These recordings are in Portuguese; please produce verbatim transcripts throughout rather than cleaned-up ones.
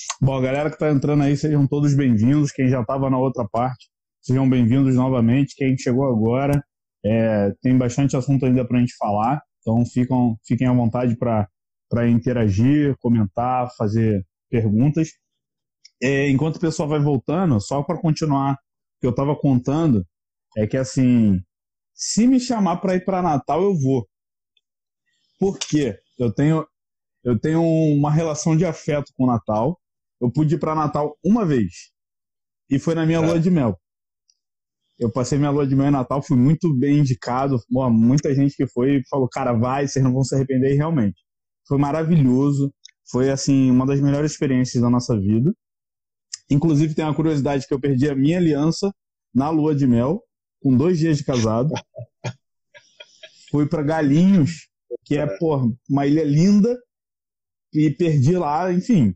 Bom, a galera que está entrando aí, sejam todos bem-vindos. Quem já estava na outra parte, sejam bem-vindos novamente. Quem chegou agora, é, tem bastante assunto ainda para a gente falar, então ficam, fiquem à vontade para para interagir, comentar, fazer perguntas. É, enquanto o pessoal vai voltando, só para continuar o que eu estava contando, é que assim, se me chamar para ir para Natal, eu vou. Por quê? Eu tenho, eu tenho uma relação de afeto com o Natal. Eu pude ir para Natal uma vez, e foi na minha lua de mel. Eu passei minha lua de mel em Natal, fui muito bem indicado. Bom, muita gente que foi e falou, cara, vai, vocês não vão se arrepender, e realmente. Foi maravilhoso, foi assim, uma das melhores experiências da nossa vida. Inclusive tem uma curiosidade que eu perdi a minha aliança na lua de mel, com dois dias de casado. Fui para Galinhos, que é, pô, uma ilha linda, e perdi lá, enfim.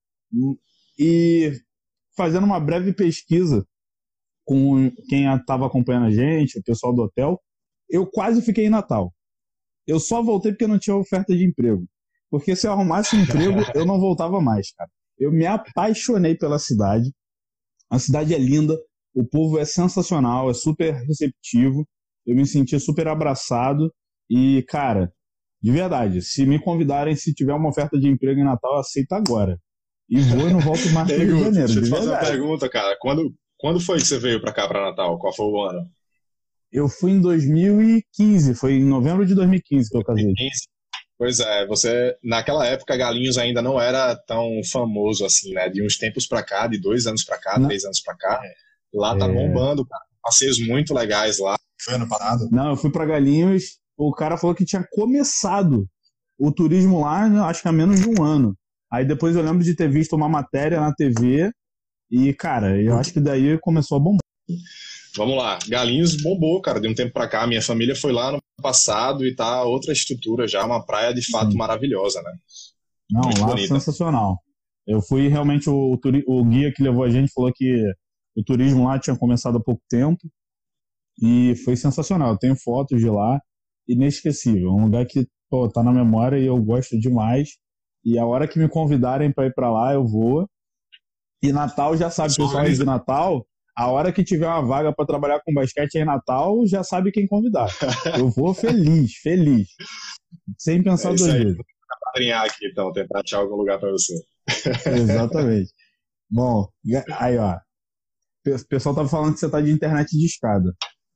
E fazendo uma breve pesquisa com quem estava acompanhando a gente, o pessoal do hotel, eu quase fiquei em Natal. Eu só voltei porque não tinha oferta de emprego. Porque se eu arrumasse um emprego, eu não voltava mais, cara. Eu me apaixonei pela cidade. A cidade é linda, o povo é sensacional, é super receptivo. Eu me senti super abraçado. E, cara, de verdade, se me convidarem, se tiver uma oferta de emprego em Natal, eu aceito agora. E vou e não volto mais para o Rio de Janeiro. Deixa eu te de fazer uma verdade. pergunta, cara. Quando, quando foi que você veio para cá, para Natal? Qual foi o ano? Eu fui em dois mil e quinze, foi em novembro de dois mil e quinze que eu casei. dois mil e quinze? Pois é, você, naquela época, Galinhos ainda não era tão famoso assim, né? De uns tempos pra cá, de dois anos pra cá, Não. três anos pra cá, lá tá É. bombando, cara. Passeios muito legais lá. Foi ano passado? Não, eu fui para Galinhos, o cara falou que tinha começado o turismo lá, acho que há menos de um ano. Aí depois eu lembro de ter visto uma matéria na T V e, cara, eu acho que daí começou a bombar. Vamos lá, Galinhos bombou, cara, de um tempo pra cá. Minha família foi lá no passado e tá outra estrutura já, uma praia de fato Sim. maravilhosa, né? Não, Muito lá bonita. sensacional. Eu fui realmente, o, turi- o guia que levou a gente falou que o turismo lá tinha começado há pouco tempo e foi sensacional. Eu tenho fotos de lá, inesquecível. Um lugar que, pô, tá na memória e eu gosto demais. E a hora que me convidarem para ir para lá, eu vou. E Natal já sabe, Pessoal pessoal aí de organiza- Natal, a hora que tiver uma vaga para trabalhar com basquete em Natal, já sabe quem convidar. Eu vou feliz, feliz. Sem pensar É isso duas aí. vezes. Padrinhar aqui, então, tentar achar algum lugar pra você. Exatamente. Bom, aí ó. O pessoal tava falando que você tá de internet de escada.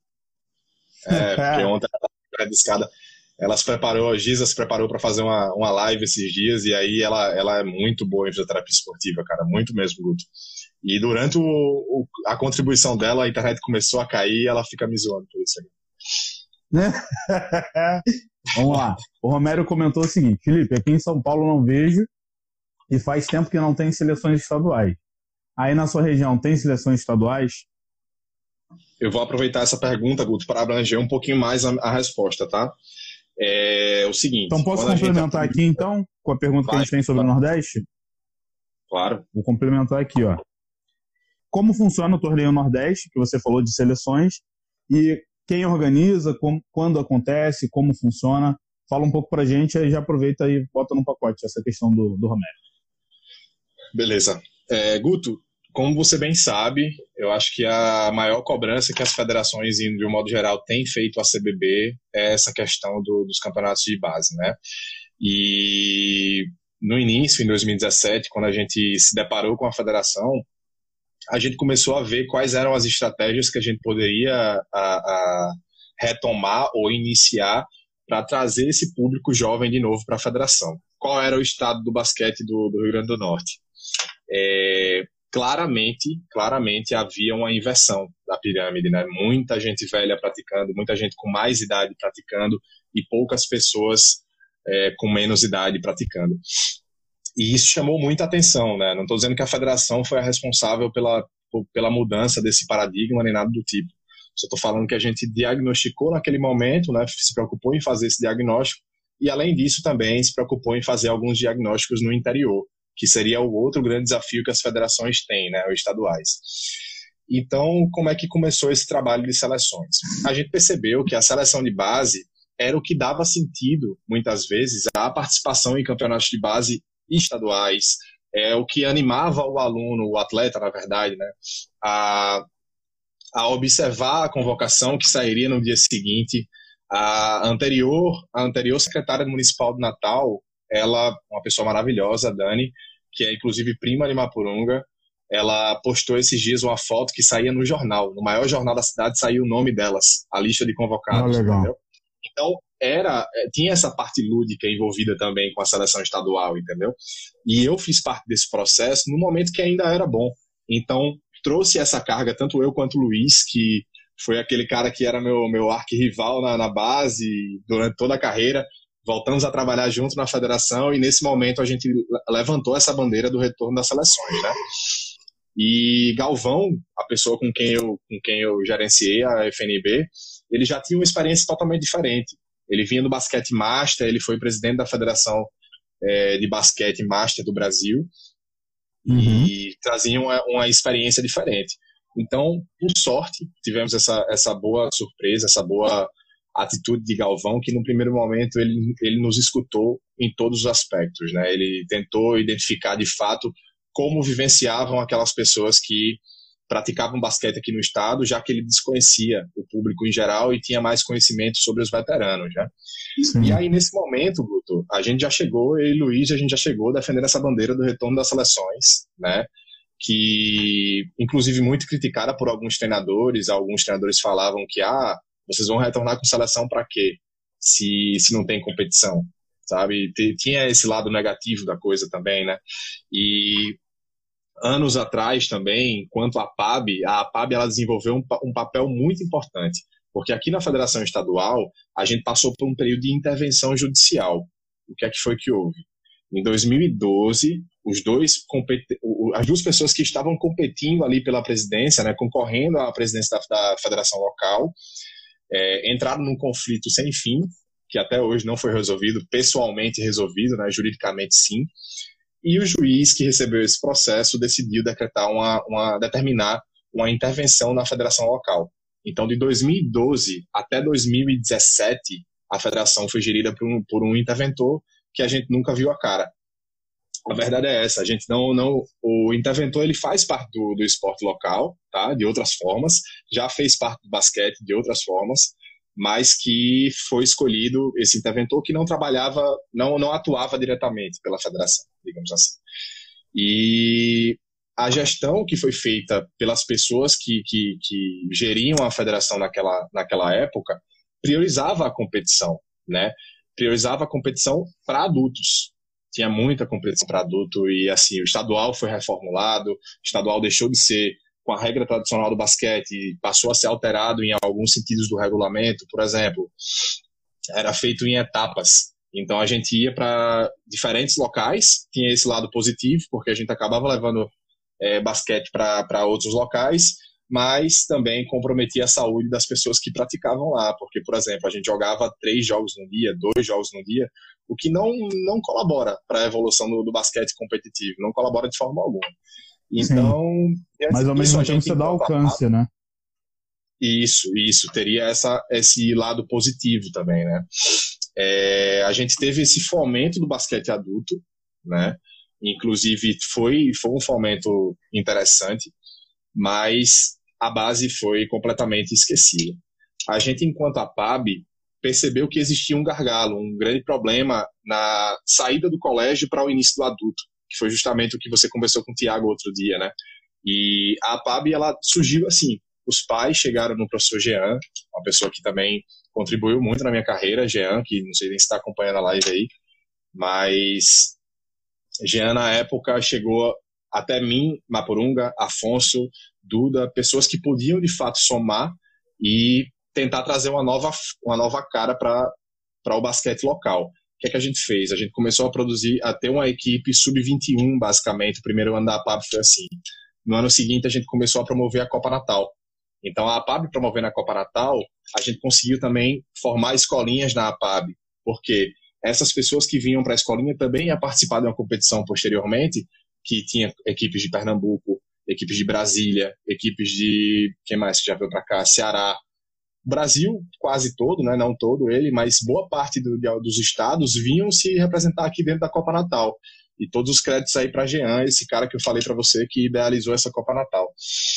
É, porque ontem ela de escada, ela se preparou, a Giza se preparou para fazer uma, uma live esses dias, e aí ela, ela é muito boa em fisioterapia esportiva, cara, muito mesmo, Guto. E durante o, o- a contribuição dela, a internet começou a cair e ela fica me zoando por isso aí. Né? Vamos lá. O Romero comentou o seguinte: Felipe, aqui em São Paulo não vejo e faz tempo que não tem seleções estaduais. Aí na sua região tem seleções estaduais? Eu vou aproveitar essa pergunta, Guto, para abranger um pouquinho mais a, a resposta, tá? É o seguinte... Então posso quando a gente- complementar aqui então com a pergunta que a gente tem sobre o Nordeste? Claro. Vou complementar aqui, ó. Como funciona o torneio Nordeste, que você falou de seleções, e quem organiza, como, quando acontece, como funciona? Fala um pouco pra gente, aí já aproveita e bota no pacote essa questão do, do Romero. Beleza. É, Guto, como você bem sabe, eu acho que a maior cobrança que as federações, de um modo geral, têm feito à C B B é essa questão do- dos campeonatos de base, né? E no início, em dois mil e dezessete, quando a gente se deparou com a federação, a gente começou a ver quais eram as estratégias que a gente poderia a, a retomar ou iniciar para trazer esse público jovem de novo para a federação. Qual era o estado do basquete do, do Rio Grande do Norte? É, claramente, claramente havia uma inversão da pirâmide, né? Muita gente velha praticando, muita gente com mais idade praticando e poucas pessoas é, com menos idade praticando. E isso chamou muita atenção, né? Não estou dizendo que a federação foi a responsável pela, pela mudança desse paradigma nem nada do tipo. Só estou falando que a gente diagnosticou naquele momento, né? Se preocupou em fazer esse diagnóstico e, além disso, também se preocupou em fazer alguns diagnósticos no interior, que seria o outro grande desafio que as federações têm, né? Os estaduais. Então, como é que começou esse trabalho de seleções? A gente percebeu que a seleção de base era o que dava sentido, muitas vezes, à participação em campeonatos de base estaduais, é o que animava o aluno, o atleta, na verdade, né, a, a observar a convocação que sairia no dia seguinte. A anterior, a anterior secretária municipal de Natal, ela, uma pessoa maravilhosa, a Dani, que é inclusive prima de Mapurunga, ela postou esses dias uma foto que saía no jornal, no maior jornal da cidade saiu o nome delas, a lista de convocados, Ah, legal. entendeu? Então, era, tinha essa parte lúdica envolvida também com a seleção estadual, entendeu? E eu fiz parte desse processo no momento que ainda era bom. Então, trouxe essa carga, tanto eu quanto o Luiz, que foi aquele cara que era meu, meu arquirrival na, na base durante toda a carreira. Voltamos a trabalhar junto na federação e, nesse momento, a gente levantou essa bandeira do retorno das seleções, né? E Galvão, a pessoa com quem eu, com quem eu gerenciei a F N B, ele já tinha uma experiência totalmente diferente. Ele vinha do basquete master, ele foi presidente da Federação é, de Basquete Master do Brasil, uhum. E trazia uma, uma experiência diferente. Então, por sorte, tivemos essa, essa boa surpresa, essa boa atitude de Galvão, que no primeiro momento ele, ele nos escutou em todos os aspectos, né? Ele tentou identificar de fato como vivenciavam aquelas pessoas que praticavam basquete aqui no estado, já que ele desconhecia o público em geral e tinha mais conhecimento sobre os veteranos, né? Sim. E aí, nesse momento, Guto, a gente já chegou, eu e Luiz, a gente já chegou defendendo essa bandeira do retorno das seleções, né? Que, inclusive, muito criticada por alguns treinadores. Alguns treinadores falavam que, ah, vocês vão retornar com seleção para quê? Se, se não tem competição, sabe? Tinha esse lado negativo da coisa também, né? E anos atrás também, enquanto a P A B, a P A B ela desenvolveu um, um papel muito importante, porque aqui na Federação Estadual a gente passou por um período de intervenção judicial. O que é que foi que houve? Em dois mil e doze, os dois as duas pessoas que estavam competindo ali pela presidência, né, concorrendo à presidência da, da federação local, é, entraram num conflito sem fim, que até hoje não foi resolvido, pessoalmente resolvido, né, juridicamente sim. E o juiz que recebeu esse processo decidiu decretar uma, uma, determinar uma intervenção na federação local. Então, de dois mil e doze até dois mil e dezessete, a federação foi gerida por um, por um interventor que a gente nunca viu a cara. A verdade é essa, a gente não, não, o interventor ele faz parte do, do esporte local, tá? De outras formas, já fez parte do basquete de outras formas, mas que foi escolhido esse interventor que não trabalhava, não, não atuava diretamente pela federação, digamos assim. E a gestão que foi feita pelas pessoas que, que, que geriam a federação naquela, naquela época priorizava a competição, né? Priorizava a competição para adultos. Tinha muita competição para adulto e assim, o estadual foi reformulado, o estadual deixou de ser com a regra tradicional do basquete, passou a ser alterado em alguns sentidos do regulamento. Por exemplo, era feito em etapas. Então, a gente ia para diferentes locais, tinha esse lado positivo, porque a gente acabava levando é, basquete para outros locais, mas também comprometia a saúde das pessoas que praticavam lá, porque, por exemplo, a gente jogava três jogos no dia, dois jogos no dia, o que não, não colabora para a evolução do, do basquete competitivo, não colabora de forma alguma. Então, mas ao mesmo tempo você dá alcance, né? Isso, isso, teria essa, esse lado positivo também, né? É, a gente teve esse fomento do basquete adulto, né? Inclusive foi, foi um fomento interessante, mas a base foi completamente esquecida. A gente, enquanto a P A B, percebeu que existia um gargalo, um grande problema na saída do colégio para o início do adulto, que foi justamente o que você conversou com o Tiago outro dia, né? E a P A B, ela surgiu assim, os pais chegaram no professor Jean, uma pessoa que também contribuiu muito na minha carreira, Jean, que não sei nem se está acompanhando a live aí, mas Jean, na época, chegou até mim, Mapurunga, Afonso, Duda, pessoas que podiam, de fato, somar e tentar trazer uma nova, uma nova cara para o basquete local. O que é que a gente fez? A gente começou a produzir, a ter uma equipe sub vinte e um, basicamente. O primeiro ano da P A B foi assim. No ano seguinte, a gente começou a promover a Copa Natal. Então, a P A B promovendo a Copa Natal, a gente conseguiu também formar escolinhas na P A B, porque essas pessoas que vinham para a escolinha também iam participar de uma competição posteriormente, que tinha equipes de Pernambuco, equipes de Brasília, equipes de, quem mais que já veio para cá? Ceará. Brasil quase todo, né? Não todo ele, mas boa parte do, dos estados vinham se representar aqui dentro da Copa Natal. E todos os créditos aí para Jean, esse cara que eu falei para você que idealizou essa Copa Natal.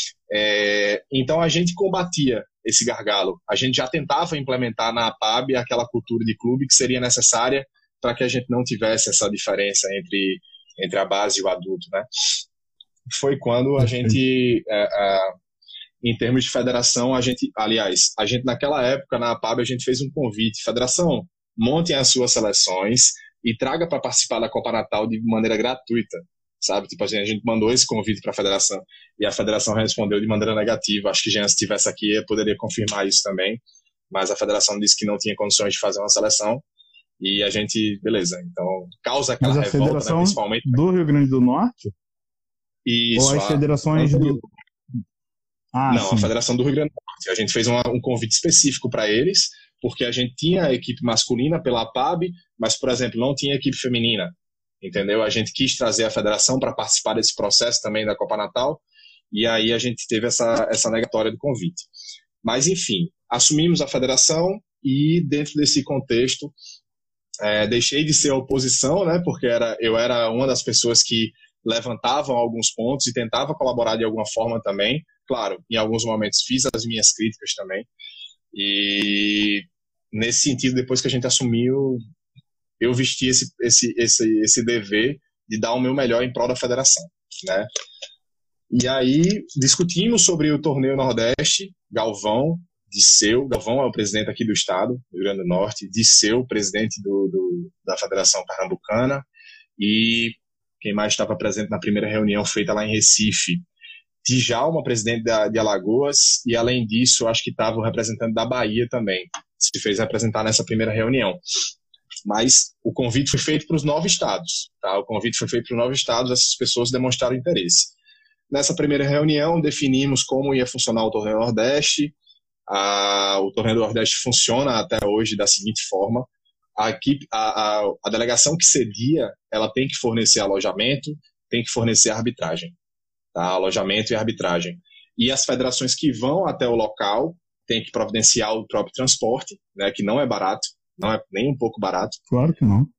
É, então a gente combatia esse gargalo. A gente já tentava implementar na APAB aquela cultura de clube que seria necessária para que a gente não tivesse essa diferença entre, entre a base e o adulto, né? Foi quando a gente, é, é, em termos de federação, a gente, aliás, a gente naquela época na APAB a gente fez um convite, federação, montem as suas seleções e traga para participar da Copa Natal de maneira gratuita, sabe? Tipo, a gente, a gente mandou esse convite para a federação e a federação respondeu de maneira negativa. Acho que Jean, se estivesse aqui, eu poderia confirmar isso também, mas a federação disse que não tinha condições de fazer uma seleção e a gente, beleza, então causa aquela mas a revolta, federação, né, principalmente do Rio Grande do Norte? Isso, ou as a, federações a, do... Ah, não, sim. a Federação do Rio Grande do Norte. A gente fez uma, um convite específico para eles, porque a gente tinha a equipe masculina pela APAB, mas, por exemplo, não tinha equipe feminina, entendeu? A gente quis trazer a federação para participar desse processo também da Copa Natal, e aí a gente teve essa, essa negatória do convite. Mas, enfim, assumimos a federação e, dentro desse contexto, é, deixei de ser a oposição, né, porque era, eu era uma das pessoas que levantavam alguns pontos e tentava colaborar de alguma forma também. Claro, em alguns momentos fiz as minhas críticas também. E nesse sentido, depois que a gente assumiu, eu vesti esse, esse, esse, esse dever de dar o meu melhor em prol da federação, né? E aí discutimos sobre o torneio Nordeste. Galvão, Disseu, Galvão é o presidente aqui do estado, do Rio Grande do Norte, Disseu, presidente do, do, da Federação Pernambucana, e quem mais estava presente na primeira reunião feita lá em Recife, Djalma, presidente da, de Alagoas, e além disso, acho que estava o representante da Bahia também, se fez representar nessa primeira reunião. Mas o convite foi feito para os nove estados, tá? O convite foi feito para os nove estados, essas pessoas demonstraram interesse. Nessa primeira reunião, definimos como ia funcionar o Torneio Nordeste. A, o Torneio do Nordeste funciona até hoje da seguinte forma: a, equipe, a, a, a delegação que cedia, ela tem que fornecer alojamento, tem que fornecer arbitragem. Tá? Alojamento e arbitragem. E as federações que vão até o local têm que providenciar o próprio transporte, né, que não é barato, não é nem um pouco barato. Claro que não.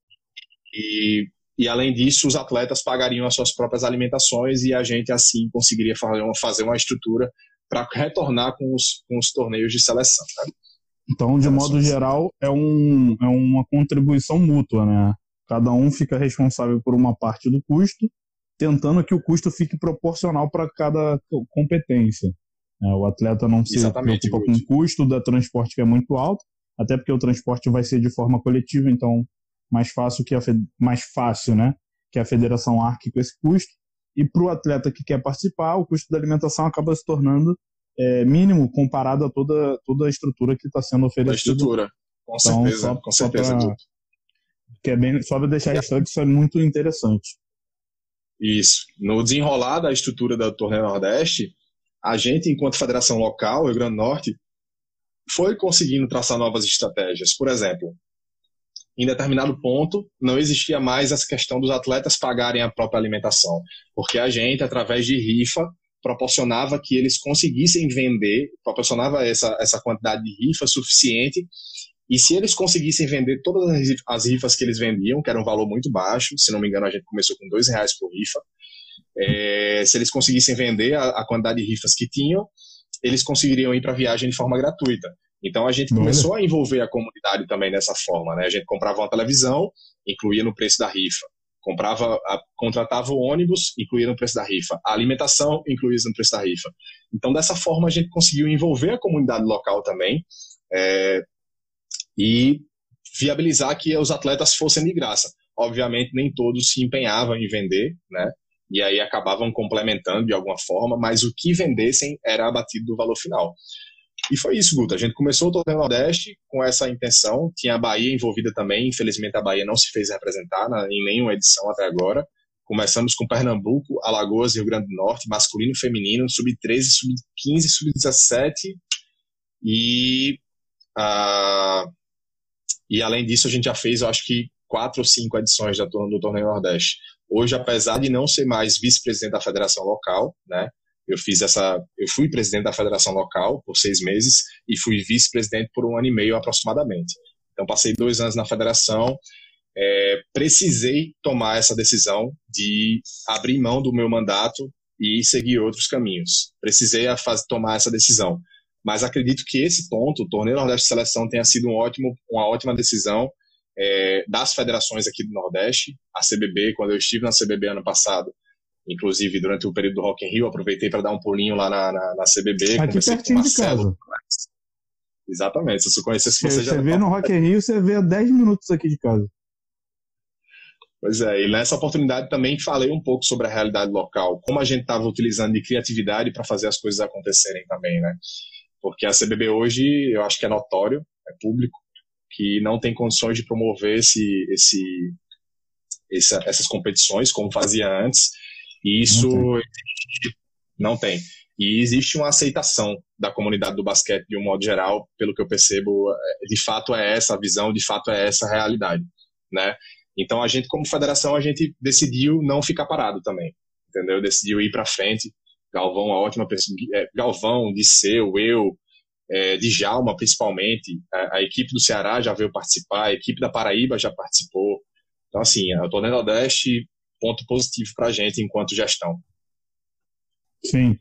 E, e além disso, os atletas pagariam as suas próprias alimentações e a gente assim conseguiria fazer uma, fazer uma estrutura para retornar com os, com os torneios de seleção. Né? Então, de modo geral, é, um, é uma contribuição mútua, né? Cada um fica responsável por uma parte do custo, tentando que o custo fique proporcional para cada competência. O atleta não se Exatamente, preocupa com o custo da transporte, que é muito alto, até porque o transporte vai ser de forma coletiva, então mais fácil, que a, mais fácil, né, que a federação arque com esse custo. E para o atleta que quer participar, o custo da alimentação acaba se tornando é, mínimo comparado a toda, toda a estrutura que está sendo oferecida. A estrutura, com então, certeza, só, com certeza. Só para que é bem, só para deixar registrado que isso é muito interessante. Isso. No desenrolar da estrutura do Torneio Nordeste, a gente, enquanto federação local, Rio Grande do Norte, foi conseguindo traçar novas estratégias. Por exemplo, em determinado ponto, não existia mais essa questão dos atletas pagarem a própria alimentação, porque a gente, através de rifa, proporcionava que eles conseguissem vender, proporcionava essa, essa quantidade de rifa suficiente, e se eles conseguissem vender todas as rifas que eles vendiam, que era um valor muito baixo, se não me engano a gente começou com dois reais por rifa, é, se eles conseguissem vender a, a quantidade de rifas que tinham, eles conseguiriam ir para a viagem de forma gratuita. Então a gente começou a envolver a comunidade também dessa forma, né? A gente comprava uma televisão, incluía no preço da rifa. Comprava, a, contratava o ônibus, incluía no preço da rifa. A alimentação, incluía no preço da rifa. Então dessa forma a gente conseguiu envolver a comunidade local também, é, e viabilizar que os atletas fossem de graça. Obviamente nem todos se empenhavam em vender, né? E aí acabavam complementando de alguma forma, mas o que vendessem era abatido do valor final. E foi isso, Guto. A gente começou o Torneio Nordeste com essa intenção. Tinha a Bahia envolvida também. Infelizmente, a Bahia não se fez representar na, em nenhuma edição até agora. Começamos com Pernambuco, Alagoas e Rio Grande do Norte, masculino e feminino, sub treze, sub quinze, sub dezessete. E, uh, e, além disso, a gente já fez, eu acho que, quatro ou cinco edições da, do Torneio Nordeste. Hoje, apesar de não ser mais vice-presidente da federação local, né? Eu fiz essa, eu fui presidente da federação local por seis meses e fui vice-presidente por um ano e meio aproximadamente. Então passei dois anos na federação é, precisei tomar essa decisão de abrir mão do meu mandato e seguir outros caminhos. Precisei a faz, tomar essa decisão. Mas acredito que esse ponto, o Torneio Nordeste de Seleção, tenha sido um ótimo, uma ótima decisão é, das federações aqui do Nordeste. A C B B, quando eu estive na C B B ano passado, inclusive durante o período do Rock in Rio, aproveitei para dar um pulinho lá na, na, na C B B. Aqui pertinho de casa. Exatamente, se você conhecesse, você, você já... Você vê no Rock in Rio, você vê a dez minutos aqui de casa. Pois é, e nessa oportunidade também falei um pouco sobre a realidade local, como a gente estava utilizando de criatividade para fazer as coisas acontecerem também, né? Porque a C B B hoje, eu acho que é notório, é público, que não tem condições de promover esse, esse, essa, essas competições como fazia antes, e isso não tem. não tem. E existe uma aceitação da comunidade do basquete de um modo geral, pelo que eu percebo, de fato é essa a visão, de fato é essa a realidade, né? Então a gente, como federação, a gente decidiu não ficar parado também, entendeu? Decidiu ir para frente. Galvão, uma ótima pessoa. Galvão, Disseu, eu, é, Djalma, principalmente. A, a equipe do Ceará já veio participar, a equipe da Paraíba já participou. Então, assim, o Torneio Nordeste, ponto positivo para a gente enquanto gestão. Sim.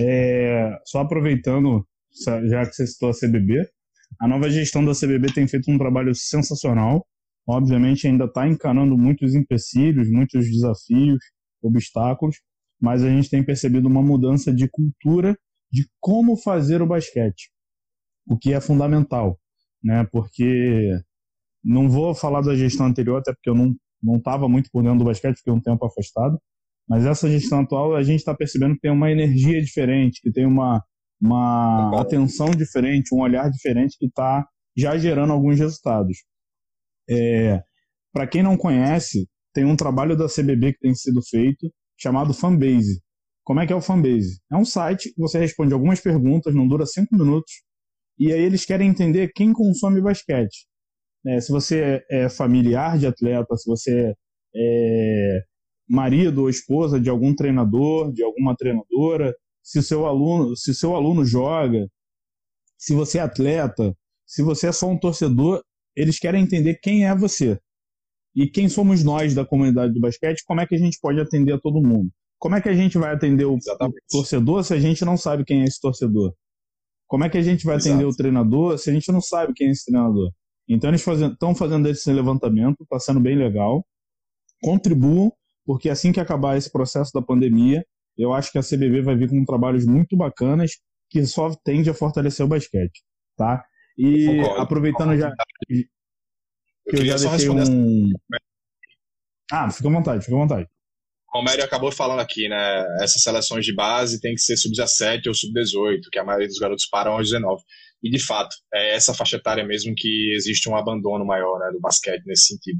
É, só aproveitando, já que você citou a C B B, a nova gestão da C B B tem feito um trabalho sensacional. Obviamente ainda está encarando muitos empecilhos, muitos desafios, obstáculos, mas a gente tem percebido uma mudança de cultura de como fazer o basquete, o que é fundamental, né? Porque não vou falar da gestão anterior, até porque eu não não estava muito por dentro do basquete, fiquei um tempo afastado, mas essa gestão atual a gente está percebendo que tem uma energia diferente, que tem uma, uma atenção diferente, um olhar diferente que está já gerando alguns resultados. É, para quem não conhece, tem um trabalho da C B B que tem sido feito chamado Fanbase. Como é que é o Fanbase? É um site que você responde algumas perguntas, não dura cinco minutos, e aí eles querem entender quem consome basquete. É, se você é familiar de atleta, se você é marido ou esposa de algum treinador, de alguma treinadora, se o seu aluno, se o seu aluno joga, se você é atleta, se você é só um torcedor, eles querem entender quem é você e quem somos nós da comunidade do basquete, como é que a gente pode atender a todo mundo. Como é que a gente vai atender o Exatamente. torcedor se a gente não sabe quem é esse torcedor? Como é que a gente vai Exato. atender o treinador se a gente não sabe quem é esse treinador? Então eles estão fazendo esse levantamento, está sendo bem legal. Contribuam, porque assim que acabar esse processo da pandemia, eu acho que a C B B vai vir com trabalhos muito bacanas que só tende a fortalecer o basquete, tá? E concordo, aproveitando concordo. já que eu, eu já deixei um... Essa... Ah, fica à vontade, fica à vontade. O Mério acabou falando aqui, né? Essas seleções de base tem que ser sub dezessete ou sub dezoito, que a maioria dos garotos param aos dezenove. E, de fato, é essa faixa etária mesmo que existe um abandono maior, né, do basquete nesse sentido.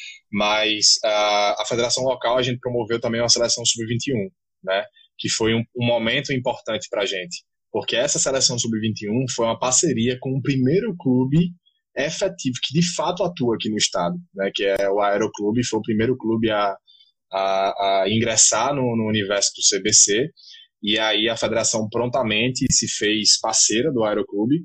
Mas a, a federação local, a gente promoveu também uma seleção sub vinte e um, né? Que foi um, um momento importante para a gente. Porque essa seleção sub vinte e um foi uma parceria com o primeiro clube efetivo, que de fato atua aqui no estado, né, que é o Aeroclube, foi o primeiro clube a, a, a ingressar no, no universo do C B C, e aí a federação prontamente se fez parceira do Aeroclube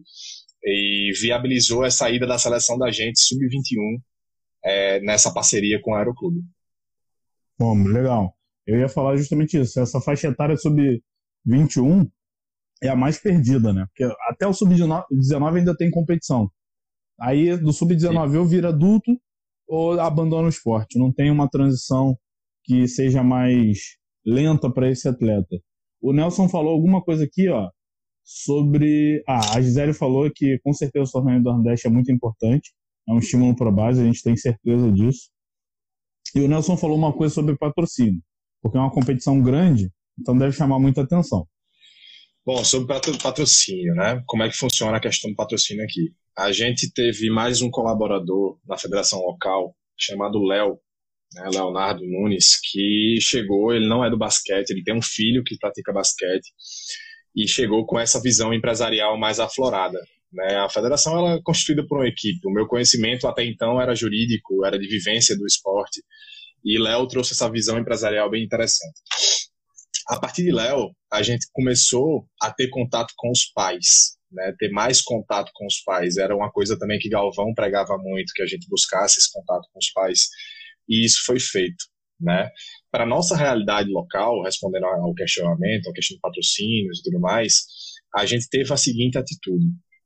e viabilizou a saída da seleção da gente sub vinte e um é, nessa parceria com o Aeroclube. Bom, legal. Eu ia falar justamente isso, essa faixa etária sub vinte e um é a mais perdida, né? Porque até o sub dezenove ainda tem competição. Aí do sub dezenove ou vira adulto ou abandona o esporte. Não tem uma transição que seja mais lenta para esse atleta. O Nelson falou alguma coisa aqui, ó, sobre... Ah, a Gisele falou que com certeza o torneio do Nordeste é muito importante. É um estímulo para a base, a gente tem certeza disso. E o Nelson falou uma coisa sobre patrocínio, porque é uma competição grande, então deve chamar muita atenção. Bom, sobre patrocínio, né? Como é que funciona a questão do patrocínio aqui? A gente teve mais um colaborador na federação local, chamado Léo, né, Leonardo Nunes, que chegou, ele não é do basquete, ele tem um filho que pratica basquete, e chegou com essa visão empresarial mais aflorada. Né? A federação ela é constituída por uma equipe, o meu conhecimento até então era jurídico, era de vivência do esporte, e Léo trouxe essa visão empresarial bem interessante. A partir de Léo, a gente começou a ter contato com os pais, né? Ter mais contato com os pais. Era uma coisa também que Galvão pregava muito, que a gente buscasse esse contato com os pais. E isso foi feito, né? Para a nossa realidade local, respondendo ao questionamento, ao questão de patrocínios e tudo mais, a gente teve a seguinte atitude.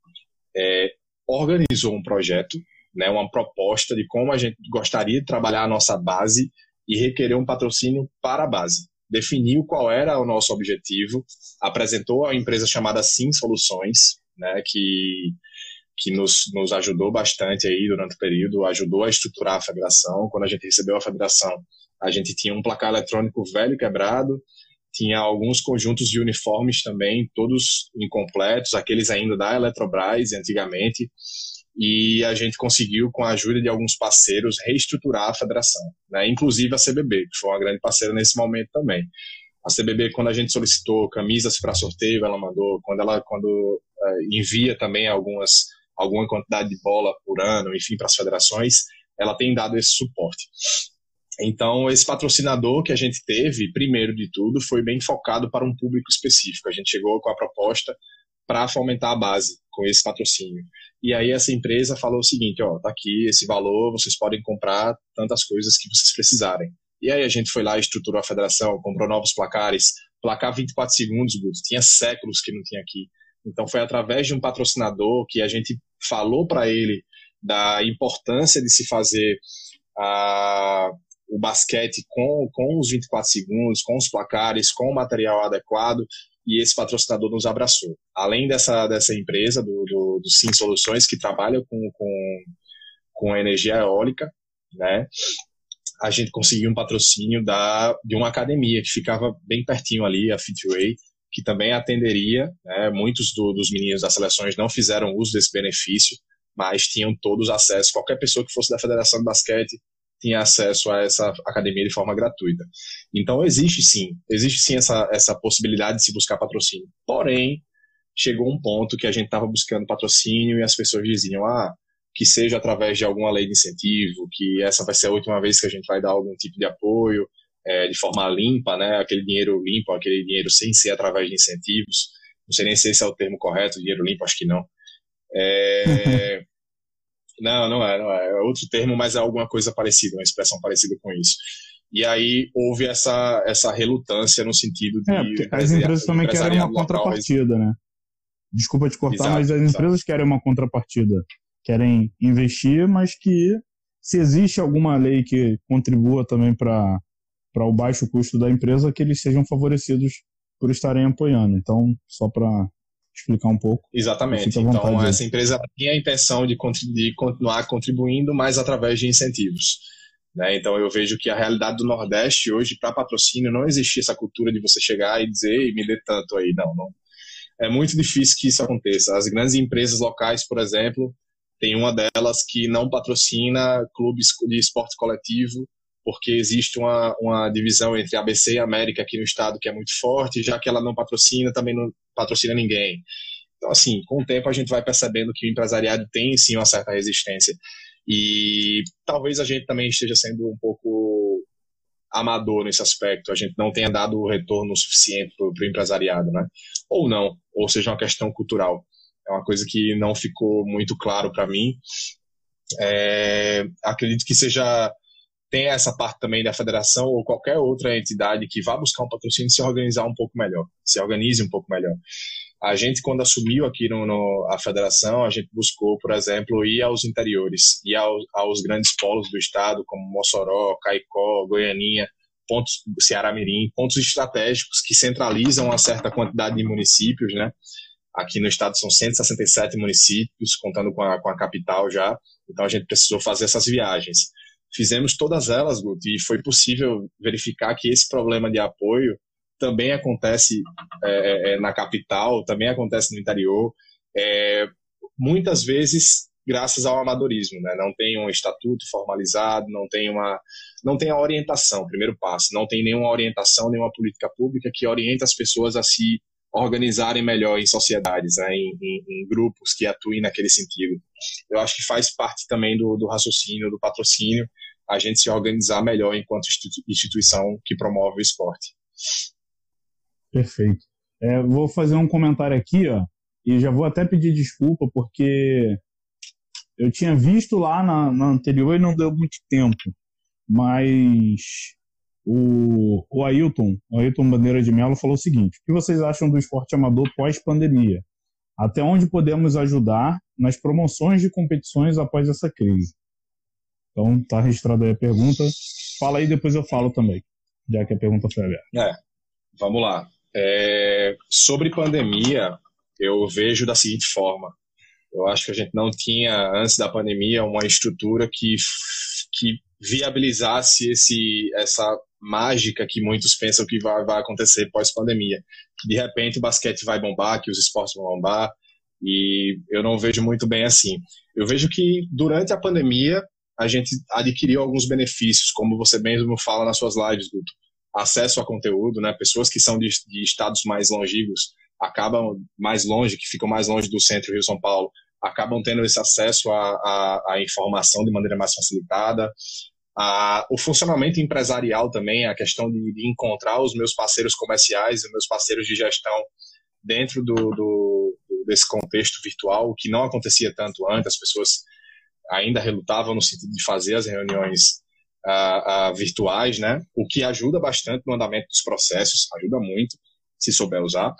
É, organizou um projeto, né, uma proposta de como a gente gostaria de trabalhar a nossa base e requerer um patrocínio para a base. Definiu qual era o nosso objetivo, apresentou a uma empresa chamada Sim Soluções, né, que, que nos, nos ajudou bastante aí durante o período, ajudou a estruturar a federação. Quando a gente recebeu a federação, a gente tinha um placar eletrônico velho quebrado, tinha alguns conjuntos de uniformes também, todos incompletos, aqueles ainda da Eletrobras, antigamente, e a gente conseguiu, com a ajuda de alguns parceiros, reestruturar a federação, né? Inclusive a C B B, que foi uma grande parceira nesse momento também. A C B B, quando a gente solicitou camisas para sorteio, ela mandou, quando ela quando uh, envia também algumas, alguma quantidade de bola por ano, enfim, para as federações, ela tem dado esse suporte. Então, esse patrocinador que a gente teve, primeiro de tudo, foi bem focado para um público específico. A gente chegou com a proposta para fomentar a base com esse patrocínio. E aí essa empresa falou o seguinte, ó, tá aqui esse valor, vocês podem comprar tantas coisas que vocês precisarem. E aí a gente foi lá, estruturou a federação, comprou novos placares, placar vinte e quatro segundos, Guto, tinha séculos que não tinha aqui. Então foi através de um patrocinador que a gente falou para ele da importância de se fazer a... o basquete com, com os vinte e quatro segundos, com os placares, com o material adequado, e esse patrocinador nos abraçou. Além dessa, dessa empresa, do, do, do Sim Soluções, que trabalha com, com, com energia eólica, né, a gente conseguiu um patrocínio da, de uma academia que ficava bem pertinho ali, a Fitway, que também atenderia, né, muitos do, dos meninos das seleções não fizeram uso desse benefício, mas tinham todos acesso, qualquer pessoa que fosse da Federação de Basquete tinha acesso a essa academia de forma gratuita. Então, existe sim, existe sim essa, essa possibilidade de se buscar patrocínio. Porém, chegou um ponto que a gente estava buscando patrocínio e as pessoas diziam, ah, que seja através de alguma lei de incentivo, que essa vai ser a última vez que a gente vai dar algum tipo de apoio, é, de forma limpa, né, aquele dinheiro limpo, aquele dinheiro sem ser através de incentivos. Não sei nem se esse é o termo correto, dinheiro limpo, acho que não. É... Não, não é, não é. É outro termo, mas é alguma coisa parecida, uma expressão parecida com isso. E aí houve essa, essa relutância no sentido de... É, porque as empresas também querem uma contrapartida, né? Desculpa te cortar, exato, mas as empresas exato. querem uma contrapartida. Querem investir, mas que se existe alguma lei que contribua também para para o baixo custo da empresa, que eles sejam favorecidos por estarem apoiando. Então, só para explicar um pouco. Exatamente. Então, essa empresa tinha a intenção de, de continuar contribuindo, mas através de incentivos. Né? Então, eu vejo que a realidade do Nordeste hoje, para patrocínio, não existia essa cultura de você chegar e dizer, me dê tanto aí. Não, não. É muito difícil que isso aconteça. As grandes empresas locais, por exemplo, tem uma delas que não patrocina clubes de esporte coletivo, porque existe uma, uma divisão entre A B C e América aqui no estado que é muito forte, já que ela não patrocina, também não patrocina ninguém. Então, assim, com o tempo a gente vai percebendo que o empresariado tem, sim, uma certa resistência. E talvez a gente também esteja sendo um pouco amador nesse aspecto, a gente não tenha dado o retorno suficiente para o empresariado, né? Ou não, ou seja, uma questão cultural. É uma coisa que não ficou muito claro para mim. É, acredito que seja... tem essa parte também da federação ou qualquer outra entidade que vá buscar um patrocínio se organizar um pouco melhor, se organize um pouco melhor. A gente, quando assumiu aqui no, no, a federação, a gente buscou, por exemplo, ir aos interiores, ir aos, aos grandes polos do estado, como Mossoró, Caicó, Goianinha, pontos, Ceará-Mirim, pontos estratégicos que centralizam uma certa quantidade de municípios, né? Aqui no estado são cento e sessenta e sete municípios, contando com a, com a capital já, então a gente precisou fazer essas viagens. Fizemos todas elas, Guto, e foi possível verificar que esse problema de apoio também acontece é, é, na capital, também acontece no interior, é, muitas vezes graças ao amadorismo, né? Não tem um estatuto formalizado, não tem, uma, não tem a orientação, primeiro passo, não tem nenhuma orientação, nenhuma política pública que oriente as pessoas a se organizarem melhor em sociedades, né? em, em, em grupos que atuem naquele sentido. Eu acho que faz parte também do, do raciocínio, do patrocínio, a gente se organizar melhor enquanto instituição que promove o esporte. Perfeito. É, vou fazer um comentário aqui, ó, e já vou até pedir desculpa, porque eu tinha visto lá na, na anterior e não deu muito tempo, mas o, o Ailton, o Ailton Bandeira de Mello falou o seguinte: o que vocês acham do esporte amador pós-pandemia? Até onde podemos ajudar nas promoções de competições após essa crise? Então, tá registrada aí a pergunta. Fala aí, depois eu falo também, já que a pergunta foi aberta. É, vamos lá. É, sobre pandemia, eu vejo da seguinte forma. Eu acho que a gente não tinha, antes da pandemia, uma estrutura que, que viabilizasse esse, essa mágica que muitos pensam que vai, vai acontecer pós-pandemia. Que, de repente, o basquete vai bombar, que os esportes vão bombar, e eu não vejo muito bem assim. Eu vejo que, durante a pandemia, a gente adquiriu alguns benefícios, como você mesmo fala nas suas lives, Guto. Acesso a conteúdo, né? Pessoas que são de, de estados mais longínquos, acabam mais longe, que ficam mais longe do centro Rio-São Paulo, acabam tendo esse acesso à informação de maneira mais facilitada. A, o funcionamento empresarial também, a questão de, de encontrar os meus parceiros comerciais, os meus parceiros de gestão dentro do, do, desse contexto virtual, que não acontecia tanto antes, as pessoas ainda relutavam no sentido de fazer as reuniões uh, uh, virtuais, né? O que ajuda bastante no andamento dos processos, ajuda muito, se souber usar.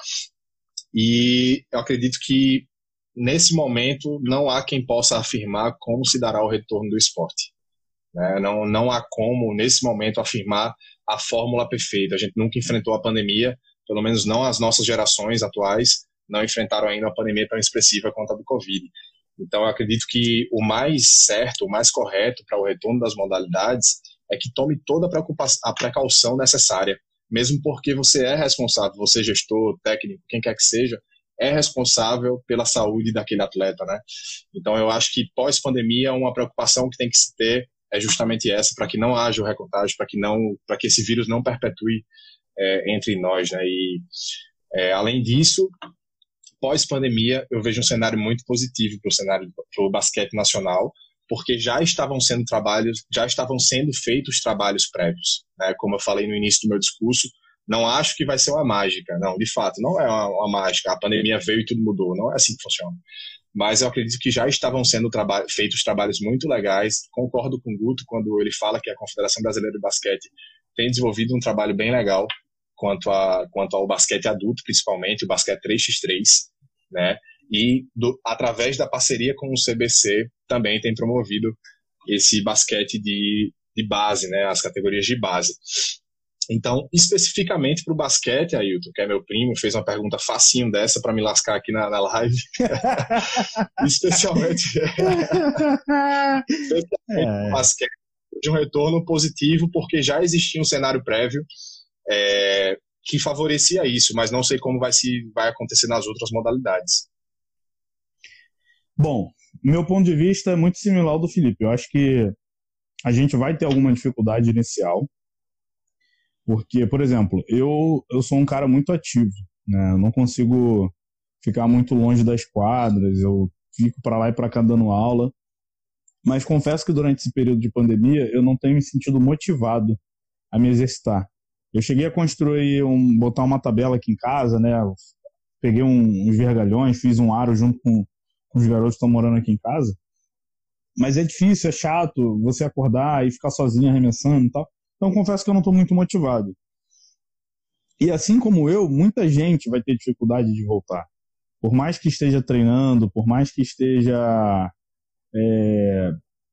E eu acredito que, nesse momento, não há quem possa afirmar como se dará o retorno do esporte. Né? Não, não há como, nesse momento, afirmar a fórmula perfeita. A gente nunca enfrentou a pandemia, pelo menos não as nossas gerações atuais, não enfrentaram ainda uma pandemia tão expressiva quanto a do Covid. Então, eu acredito que o mais certo, o mais correto para o retorno das modalidades é que tome toda a, a precaução necessária, mesmo porque você é responsável, você gestor, técnico, quem quer que seja, é responsável pela saúde daquele atleta, né? Então, eu acho que pós-pandemia, uma preocupação que tem que se ter é justamente essa, para que não haja o recontágio, para que não, para que esse vírus não perpetue é, entre nós, né? E, é, além disso, pós-pandemia, eu vejo um cenário muito positivo para o cenário para o basquete nacional, porque já estavam sendo trabalhos, já estavam sendo feitos trabalhos prévios, né? Como eu falei no início do meu discurso, não acho que vai ser uma mágica, não, de fato, não é uma, uma mágica, a pandemia veio e tudo mudou, não é assim que funciona. Mas eu acredito que já estavam sendo traba- feitos trabalhos muito legais, concordo com o Guto quando ele fala que a Confederação Brasileira de Basquete tem desenvolvido um trabalho bem legal quanto, a, quanto ao basquete adulto, principalmente, o basquete três por três, né? E do, através da parceria com o C B C também tem promovido esse basquete de, de base, né? As categorias de base. Então, especificamente para o basquete, Ailton, que é meu primo, fez uma pergunta facinho dessa para me lascar aqui na, na live. especialmente especialmente é. o basquete, de um retorno positivo, porque já existia um cenário prévio é, que favorecia isso, mas não sei como vai, se, vai acontecer nas outras modalidades. Bom, meu ponto de vista é muito similar ao do Felipe. Eu acho que a gente vai ter alguma dificuldade inicial, porque, por exemplo, eu, eu sou um cara muito ativo, né? Eu não consigo ficar muito longe das quadras, eu fico para lá e para cá dando aula, mas confesso que durante esse período de pandemia eu não tenho me sentido motivado a me exercitar. Eu cheguei a construir, um, botar uma tabela aqui em casa, né? Eu peguei um, uns vergalhões, fiz um aro junto com, com os garotos que estão morando aqui em casa, mas é difícil, é chato você acordar e ficar sozinho arremessando e tal. Então, confesso que eu não estou muito motivado. E assim como eu, muita gente vai ter dificuldade de voltar. Por mais que esteja treinando, por mais que esteja é,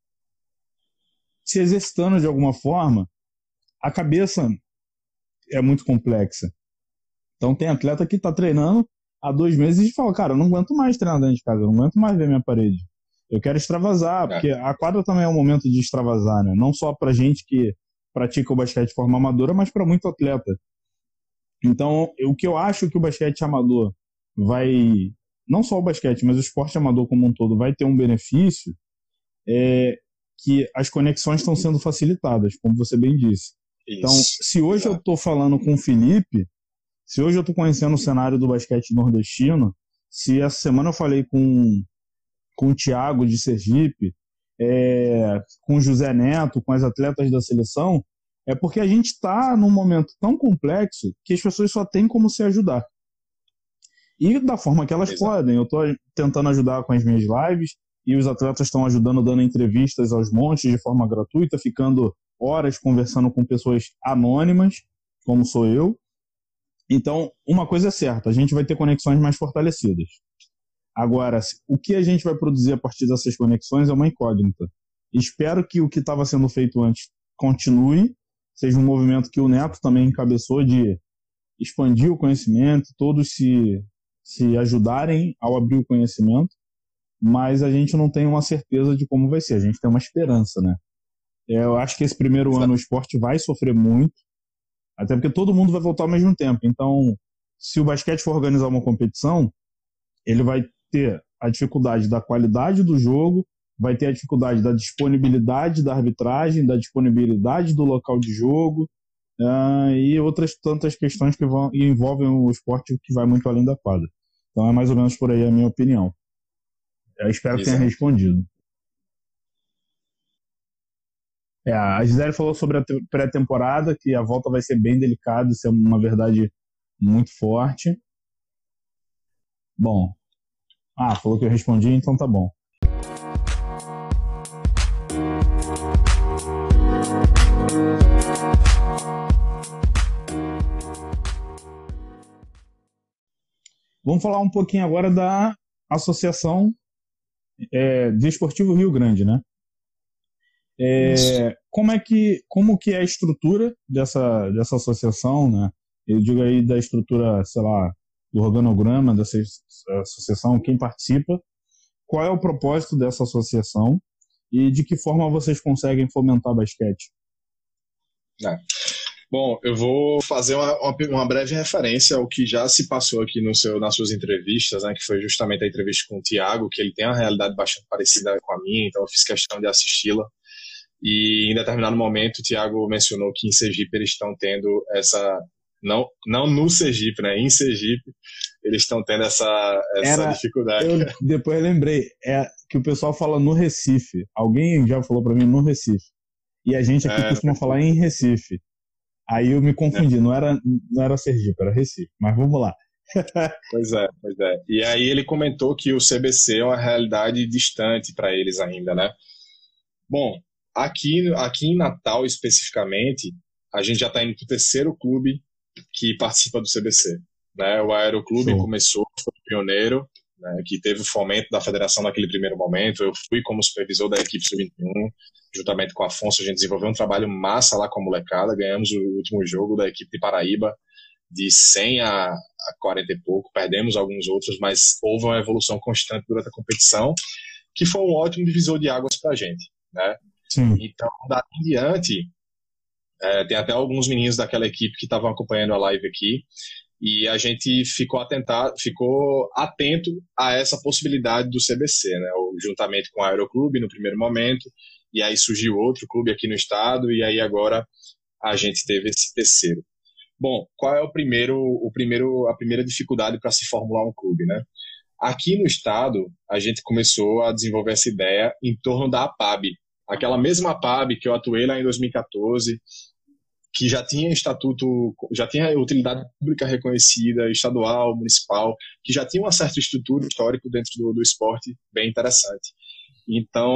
se exercitando de alguma forma, a cabeça é muito complexa. Então, tem atleta que está treinando há dois meses e fala, cara, eu não aguento mais treinar dentro de casa, eu não aguento mais ver minha parede. Eu quero extravasar, é. porque a quadra também é um momento de extravasar, né? Não só para gente que pratica o basquete de forma amadora, mas para muito atleta. Então, o que eu acho que o basquete amador vai, não só o basquete, mas o esporte amador como um todo vai ter um benefício, é que as conexões estão sendo facilitadas, como você bem disse. Isso. Então, se hoje eu estou falando com o Felipe, se hoje eu estou conhecendo o cenário do basquete nordestino, se essa semana eu falei com, com o Thiago de Sergipe, É, com o José Neto, com as atletas da seleção, É porque a gente está num momento tão complexo que as pessoas só têm como se ajudar. E da forma que elas Exato. podem. Eu estou tentando ajudar com as minhas lives e os atletas estão ajudando dando entrevistas aos montes de forma gratuita, ficando horas conversando com pessoas anônimas, como sou eu. Então, uma coisa é certa, a gente vai ter conexões mais fortalecidas. Agora, o que a gente vai produzir a partir dessas conexões é uma incógnita. Espero que o que estava sendo feito antes continue, seja um movimento que o Neto também encabeçou de expandir o conhecimento, todos se, se ajudarem ao abrir o conhecimento, mas a gente não tem uma certeza de como vai ser, a gente tem uma esperança, né? Eu acho que esse primeiro ano o esporte vai sofrer muito, até porque todo mundo vai voltar ao mesmo tempo. Então, se o basquete for organizar uma competição, ele vai ter a dificuldade da qualidade do jogo, vai ter a dificuldade da disponibilidade da arbitragem, da disponibilidade do local de jogo, uh, e outras tantas questões que vão, envolvem o esporte que vai muito além da quadra. Então é mais ou menos por aí a minha opinião. Eu espero que Exato. tenha respondido. É, a Gisele falou sobre a pré-temporada, que a volta vai ser bem delicada, isso é uma verdade muito forte. Bom, ah, falou que eu respondi, então tá bom. Vamos falar um pouquinho agora da Associação é, Desportivo Rio Grande, né? É, como é que, como que é a estrutura dessa, dessa associação, né? Eu digo aí da estrutura, sei lá, do organograma dessa associação, quem participa, qual é o propósito dessa associação e de que forma vocês conseguem fomentar basquete? É. Bom, eu vou fazer uma, uma, uma breve referência ao que já se passou aqui no seu, nas suas entrevistas, né, que foi justamente a entrevista com o Thiago, que ele tem uma realidade bastante parecida com a minha, então eu fiz questão de assisti-la. E em determinado momento o Thiago mencionou que em Sergipe eles estão tendo essa... Não, não no Sergipe, né? Em Sergipe eles estão tendo essa, essa Era, dificuldade. Eu depois lembrei, é que o pessoal fala no Recife. Alguém já falou para mim no Recife. E a gente aqui é, costuma falar em Recife. Aí eu me confundi, é. não, era, não era Sergipe, era Recife. Mas vamos lá. Pois é, pois é. E aí ele comentou que o C B C é uma realidade distante para eles ainda, né? Bom, aqui, aqui em Natal especificamente, a gente já está indo para o terceiro clube que participa do C B C. Né? O Aeroclube Show. Começou, foi o pioneiro, né, que teve o fomento da federação naquele primeiro momento. Eu fui como supervisor da equipe sub vinte e um, juntamente com o Afonso, a gente desenvolveu um trabalho massa lá com a molecada, ganhamos o último jogo da equipe de Paraíba, de cem a quarenta e pouco, perdemos alguns outros, mas houve uma evolução constante durante a competição, que foi um ótimo divisor de águas para a gente. Né? Sim. Então, daqui em diante, é, tem até alguns meninos daquela equipe que estavam acompanhando a live aqui, e a gente ficou, atentado, ficou atento a essa possibilidade do C B C, né? Juntamente com o Aeroclube no primeiro momento, e aí surgiu outro clube aqui no estado, e aí agora a gente teve esse terceiro. Bom, qual é o primeiro, o primeiro, a primeira dificuldade para se formular um clube, né? Aqui no estado, a gente começou a desenvolver essa ideia em torno da APAB, aquela mesma APAB que eu atuei lá em dois mil e catorze, que já tinha estatuto, já tinha utilidade pública reconhecida, estadual, municipal, que já tinha uma certa estrutura histórica dentro do, do esporte bem interessante. Então,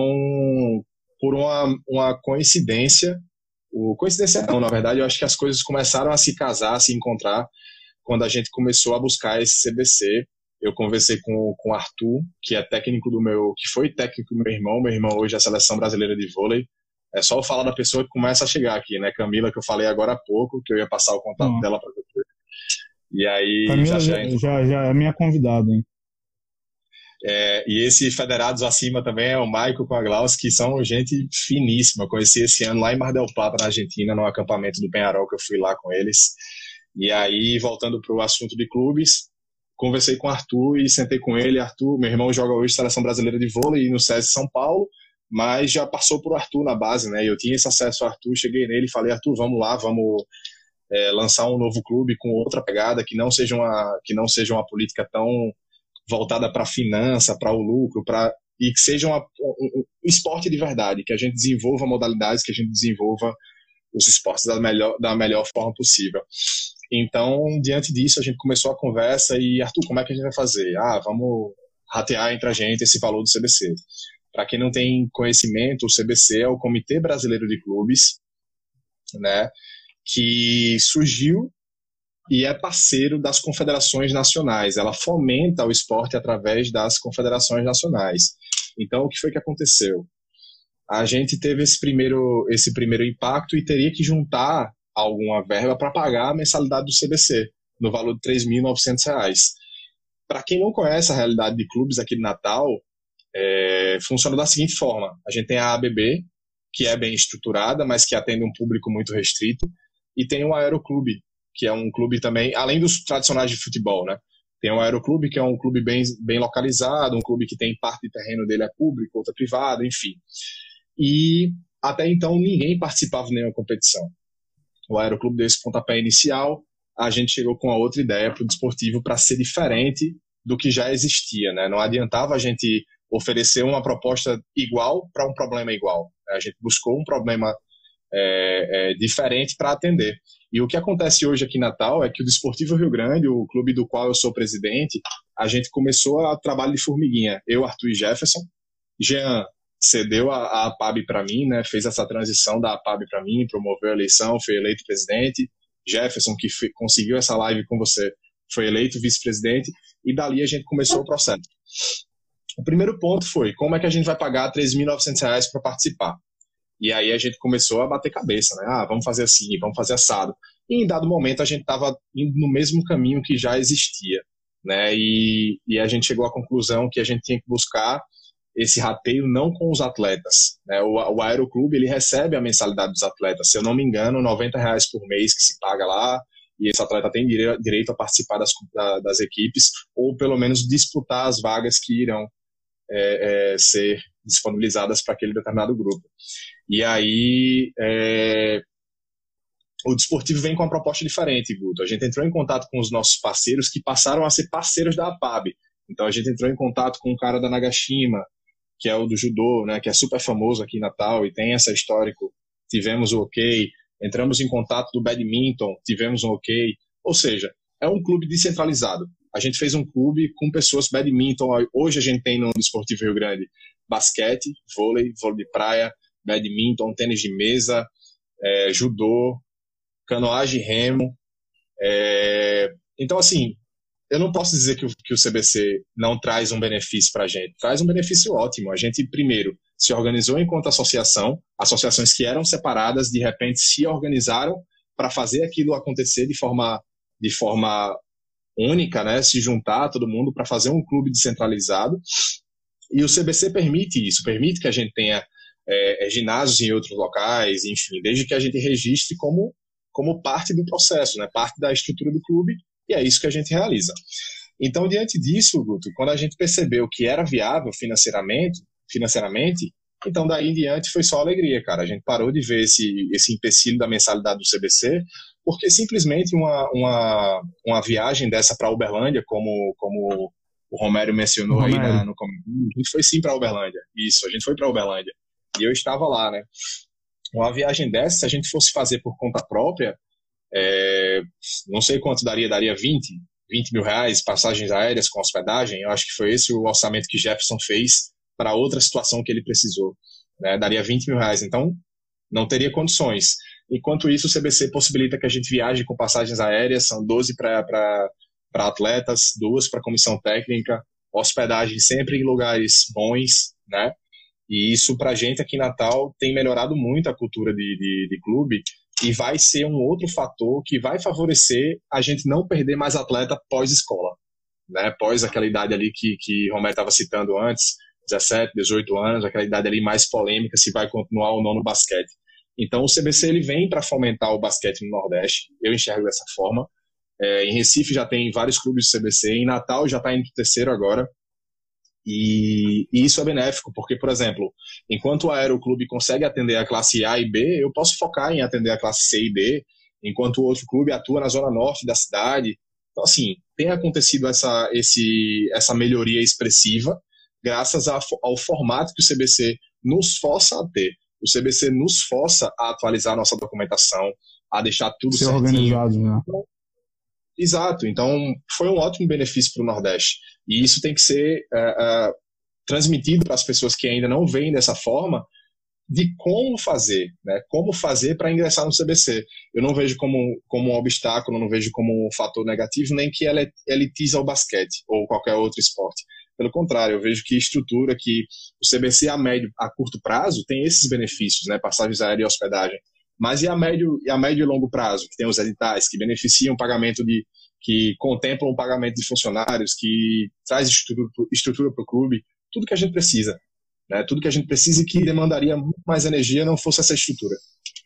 por uma, uma coincidência, o, coincidência não, na verdade, eu acho que as coisas começaram a se casar, a se encontrar, quando a gente começou a buscar esse C B C. Eu conversei com, com o Arthur, que é técnico do meu, que foi técnico do meu irmão, meu irmão hoje é a Seleção Brasileira de Vôlei. É só eu falar da pessoa que começa a chegar aqui, né? Camila, que eu falei agora há pouco, que eu ia passar o contato hum. dela para você. E aí... Camila já, já, já, já é minha convidada, hein? É, e esse Federados Acima também é o Maico com a Glaus, que são gente finíssima. Eu conheci esse ano lá em Mar del Plata, na Argentina, no acampamento do Penharol, que eu fui lá com eles. E aí, voltando para o assunto de clubes, conversei com o Arthur e sentei com ele. Arthur, meu irmão joga hoje Seleção Brasileira de Vôlei no SESI São Paulo, mas já passou por Arthur na base, né? Eu tinha esse acesso ao Arthur, cheguei nele e falei, Arthur, vamos lá, vamos é, lançar um novo clube com outra pegada, que não seja uma, que não seja uma política tão voltada para a finança, para o lucro, para e que seja uma, um, um esporte de verdade, que a gente desenvolva modalidades, que a gente desenvolva os esportes da melhor, da melhor forma possível. Então, diante disso, a gente começou a conversa e, Arthur, como é que a gente vai fazer? Ah, vamos ratear entre a gente esse valor do C B C. Para quem não tem conhecimento, o C B C é o Comitê Brasileiro de Clubes, né, que surgiu e é parceiro das confederações nacionais. Ela fomenta o esporte através das confederações nacionais. Então, o que foi que aconteceu? A gente teve esse primeiro, esse primeiro impacto e teria que juntar alguma verba para pagar a mensalidade do C B C, no valor de três mil e novecentos reais. Para quem não conhece a realidade de clubes aqui de Natal, é, funciona da seguinte forma. A gente tem a A B B, que é bem estruturada, mas que atende um público muito restrito, e tem o Aeroclube, que é um clube também, além dos tradicionais de futebol, né? Tem o Aeroclube, que é um clube bem, bem localizado, um clube que tem parte do terreno dele é público, outra privada, enfim. E até então ninguém participava de nenhuma competição. O Aeroclube deu esse pontapé inicial, a gente chegou com a outra ideia para o desportivo para ser diferente do que já existia, né? Não adiantava a gente oferecer uma proposta igual para um problema igual. A gente buscou um problema é, é, diferente para atender. E o que acontece hoje aqui em Natal é que o Desportivo Rio Grande, o clube do qual eu sou presidente, a gente começou a trabalho de formiguinha. Eu, Arthur e Jefferson. Jean cedeu a, a APAB para mim, né? Fez essa transição da APAB para mim, promoveu a eleição, foi eleito presidente. Jefferson, que foi, conseguiu essa live com você, foi eleito vice-presidente. E dali a gente começou o processo. O primeiro ponto foi, como é que a gente vai pagar três mil e novecentos reais para participar? E aí a gente começou a bater cabeça, né? Ah, vamos fazer assim, vamos fazer assado. E em dado momento a gente estava indo no mesmo caminho que já existia, né? E, e a gente chegou à conclusão que a gente tinha que buscar esse rateio não com os atletas, né? O, o Aeroclube, ele recebe a mensalidade dos atletas, se eu não me engano, noventa reais por mês que se paga lá, e esse atleta tem dire, direito a participar das, da, das equipes, ou pelo menos disputar as vagas que irão é, é, ser disponibilizadas para aquele determinado grupo. E aí é, o Desportivo vem com uma proposta diferente, Guto. A gente entrou em contato com os nossos parceiros que passaram a ser parceiros da APAB. Então a gente entrou em contato com o cara da Nagashima, que é o do judô, né, que é super famoso aqui em Natal e tem essa histórico. Tivemos o ok. Entramos em contato do badminton, tivemos um ok. Ou seja, é um clube descentralizado. A gente fez um clube com pessoas badminton. Hoje a gente tem no Desportivo Rio Grande basquete, vôlei, vôlei de praia, badminton, tênis de mesa, é, judô, canoagem e remo. É... Então, assim, eu não posso dizer que o, que o C B C não traz um benefício para a gente. Traz um benefício ótimo. A gente, primeiro, se organizou enquanto associação. Associações que eram separadas, de repente, se organizaram para fazer aquilo acontecer de forma, de forma única, né? Se juntar todo mundo para fazer um clube descentralizado. E o C B C permite isso, permite que a gente tenha é, ginásios em outros locais, enfim, desde que a gente registre como, como parte do processo, né? Parte da estrutura do clube, e é isso que a gente realiza. Então, diante disso, Guto, quando a gente percebeu que era viável financeiramente, financeiramente, então daí em diante foi só alegria, cara. A gente parou de ver esse, esse empecilho da mensalidade do C B C, porque simplesmente uma, uma, uma viagem dessa para Uberlândia, como, como o Romério mencionou Romério. aí na, no comentário, a gente foi sim para Uberlândia. Isso, a gente foi para Uberlândia. E eu estava lá, né? Uma viagem dessa, se a gente fosse fazer por conta própria, é, não sei quanto daria, daria vinte mil reais, passagens aéreas com hospedagem. Eu acho que foi esse o orçamento que Jefferson fez para outra situação que ele precisou, né? Daria vinte mil reais, então não teria condições. Enquanto isso, o C B C possibilita que a gente viaje com passagens aéreas, são doze para atletas, duas para comissão técnica, hospedagem sempre em lugares bons, né? E isso para a gente aqui em Natal tem melhorado muito a cultura de, de, de clube e vai ser um outro fator que vai favorecer a gente não perder mais atleta pós-escola, né? Pós aquela idade ali que, que Romero estava citando antes, dezessete, dezoito anos, aquela idade ali mais polêmica, se vai continuar ou não no basquete. Então o C B C ele vem para fomentar o basquete no Nordeste, eu enxergo dessa forma. É, em Recife já tem vários clubes do C B C, em Natal já está indo para o terceiro agora, e, e isso é benéfico, porque, por exemplo, enquanto o Aeroclube consegue atender a classe A e B, eu posso focar em atender a classe C e D, enquanto o outro clube atua na zona norte da cidade. Então, assim, tem acontecido essa, esse, essa melhoria expressiva, graças a, ao formato que o C B C nos força a ter. O C B C nos força a atualizar a nossa documentação, a deixar tudo Ser certinho. organizado, né? Exato. Então, foi um ótimo benefício para o Nordeste. E isso tem que ser é, é, transmitido para as pessoas que ainda não veem dessa forma, de como fazer, né? Como fazer para ingressar no C B C. Eu não vejo como, como um obstáculo, não vejo como um fator negativo, nem que ela elitiza o basquete ou qualquer outro esporte. Pelo contrário, eu vejo que estrutura, que o C B C a médio, a curto prazo tem esses benefícios, né? Passagens aéreas e hospedagem. Mas e a médio e a médio e longo prazo, que tem os editais que beneficiam o pagamento de, que contemplam o pagamento de funcionários, que traz estrutura para o clube, tudo que a gente precisa, né? Tudo que a gente precisa e que demandaria muito mais energia não fosse essa estrutura.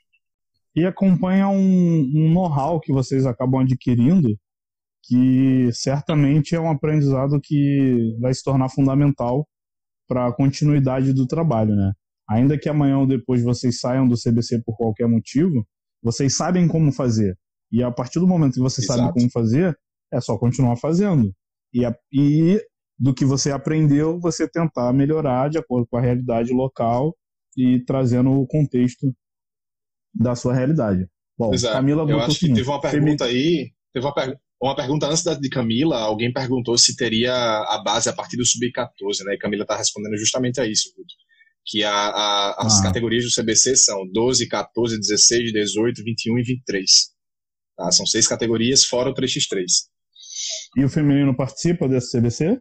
E acompanha um, um know-how que vocês acabam adquirindo, que certamente é um aprendizado que vai se tornar fundamental para a continuidade do trabalho, né? Ainda que amanhã ou depois vocês saiam do C B C por qualquer motivo, vocês sabem como fazer. E a partir do momento que você Exato. sabe como fazer, é só continuar fazendo. E, a, e do que você aprendeu, você tentar melhorar de acordo com a realidade local e trazendo o contexto da sua realidade. Bom, Pois é. Camila Eu botou acho o que seguinte, teve uma pergunta aí, teve uma, per uma pergunta antes da de Camila, alguém perguntou se teria a base a partir do sub quatorze, né? E Camila está respondendo justamente a isso, Guto. Que a, a, as ah. categorias do C B C são doze, quatorze, dezesseis, dezoito, vinte e um e vinte e três. Tá? São seis categorias, fora o três por três. E o feminino participa desse C B C?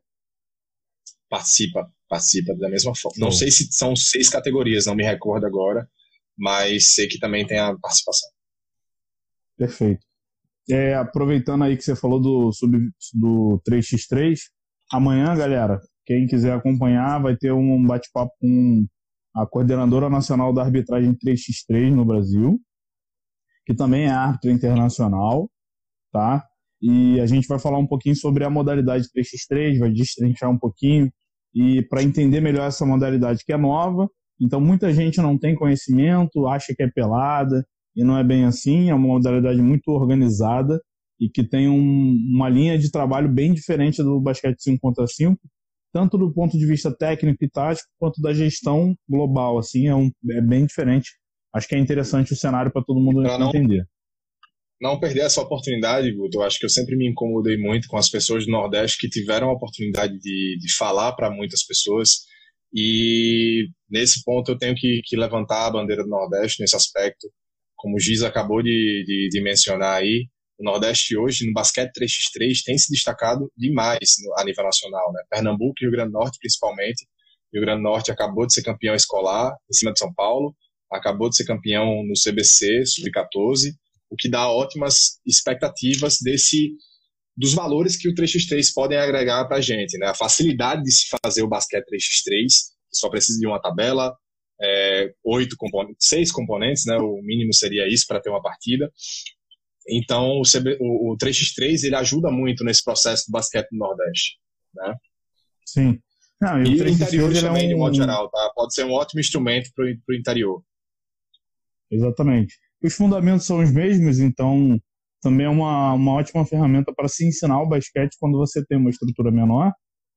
Participa, participa da mesma forma. Oh. Não sei se são seis categorias, não me recordo agora, mas sei que também tem a participação. Perfeito. É, aproveitando aí que você falou do, sub, do três por três, amanhã, galera, quem quiser acompanhar, vai ter um bate-papo com a coordenadora nacional da arbitragem três por três no Brasil, que também é árbitra internacional, tá? E a gente vai falar um pouquinho sobre a modalidade três por três, vai destrinchar um pouquinho, e para entender melhor essa modalidade que é nova, então muita gente não tem conhecimento, acha que é pelada, e não é bem assim, é uma modalidade muito organizada e que tem um, uma linha de trabalho bem diferente do basquete cinco contra cinco, tanto do ponto de vista técnico e tático, quanto da gestão global, assim, é, um, é bem diferente. Acho que é interessante o cenário para todo mundo não, entender. Não perder essa oportunidade, Guto. Eu acho que eu sempre me incomodei muito com as pessoas do Nordeste que tiveram a oportunidade de, de falar para muitas pessoas, e nesse ponto eu tenho que, que levantar a bandeira do Nordeste nesse aspecto. Como o Giz acabou de, de, de mencionar aí, o Nordeste hoje, no basquete três por três, tem se destacado demais no, a nível nacional, né? Pernambuco e Rio Grande do Norte, principalmente. O Rio Grande do Norte acabou de ser campeão escolar, em cima de São Paulo, acabou de ser campeão no C B C, sub quatorze, o que dá ótimas expectativas desse, dos valores que o três por três podem agregar para a gente, né? A facilidade de se fazer o basquete três por três, só precisa de uma tabela, É, oito componentes, seis componentes, né? O mínimo seria isso para ter uma partida. Então o, C B, o, o três por três ele ajuda muito nesse processo do basquete no Nordeste, né? Sim. Não, e e o interior também, é um... de modo um... geral, tá? Pode ser um ótimo instrumento para o interior. Exatamente. Os fundamentos são os mesmos, então também é uma, uma ótima ferramenta para se ensinar o basquete quando você tem uma estrutura menor,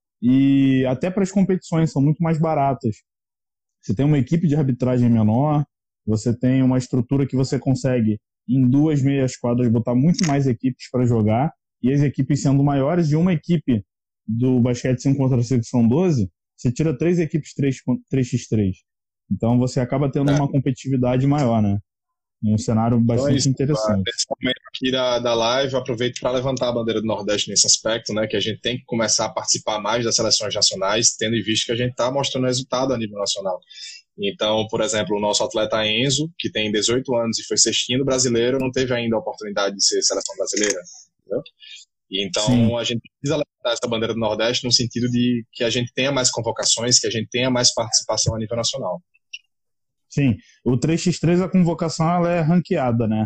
e até para as competições são muito mais baratas. Você tem uma equipe de arbitragem menor, você tem uma estrutura que você consegue, em duas meias quadras, botar muito mais equipes para jogar, e as equipes sendo maiores, de uma equipe do basquete cinco contra cinco são doze, você tira três equipes três por três. Então você acaba tendo é. uma competitividade maior, né? Um cenário bastante então é interessante. Nesse momento aqui da, da live, aproveito para levantar a bandeira do Nordeste nesse aspecto, né? Que a gente tem que começar a participar mais das seleções nacionais, tendo em vista que a gente está mostrando resultado a nível nacional. Então, por exemplo, o nosso atleta Enzo, que tem dezoito anos e foi cestinho brasileiro, não teve ainda a oportunidade de ser seleção brasileira, entendeu? E então Sim. a gente precisa levantar essa bandeira do Nordeste no sentido de que a gente tenha mais convocações, que a gente tenha mais participação a nível nacional. Sim, o três por três, a convocação ela é ranqueada, né?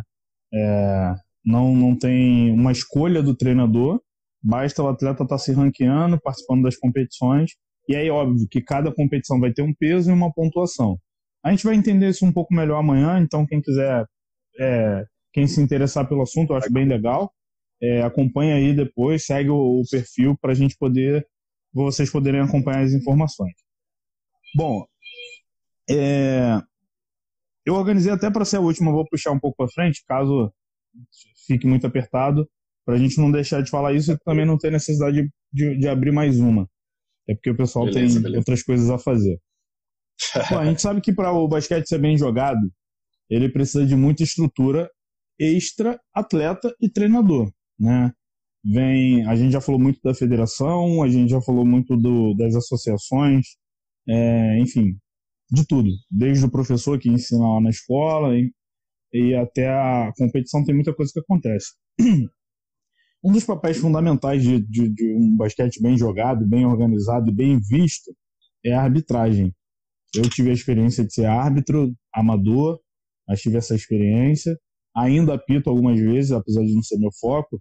É, não, não tem uma escolha do treinador, basta o atleta estar se ranqueando, participando das competições, e aí óbvio que cada competição vai ter um peso e uma pontuação. A gente vai entender isso um pouco melhor amanhã, então quem quiser, é, quem se interessar pelo assunto, eu acho bem legal, é, acompanha aí depois, segue o, o perfil para a gente poder, vocês poderem acompanhar as informações. Bom, é... Eu organizei até para ser a última, vou puxar um pouco para frente, caso fique muito apertado, para a gente não deixar de falar isso e também não ter necessidade de, de, de abrir mais uma. É porque o pessoal beleza, tem beleza. outras coisas a fazer. Bom, a gente sabe que para o basquete ser bem jogado, ele precisa de muita estrutura extra, atleta e treinador, né? Vem, a gente já falou muito da federação, a gente já falou muito do, das associações, é, enfim, de tudo. Desde o professor que ensina lá na escola e, e até a competição, tem muita coisa que acontece. Um dos papéis fundamentais de, de, de um basquete bem jogado, bem organizado e bem visto é a arbitragem. Eu tive a experiência de ser árbitro amador, mas tive essa experiência. Ainda apito algumas vezes, apesar de não ser meu foco.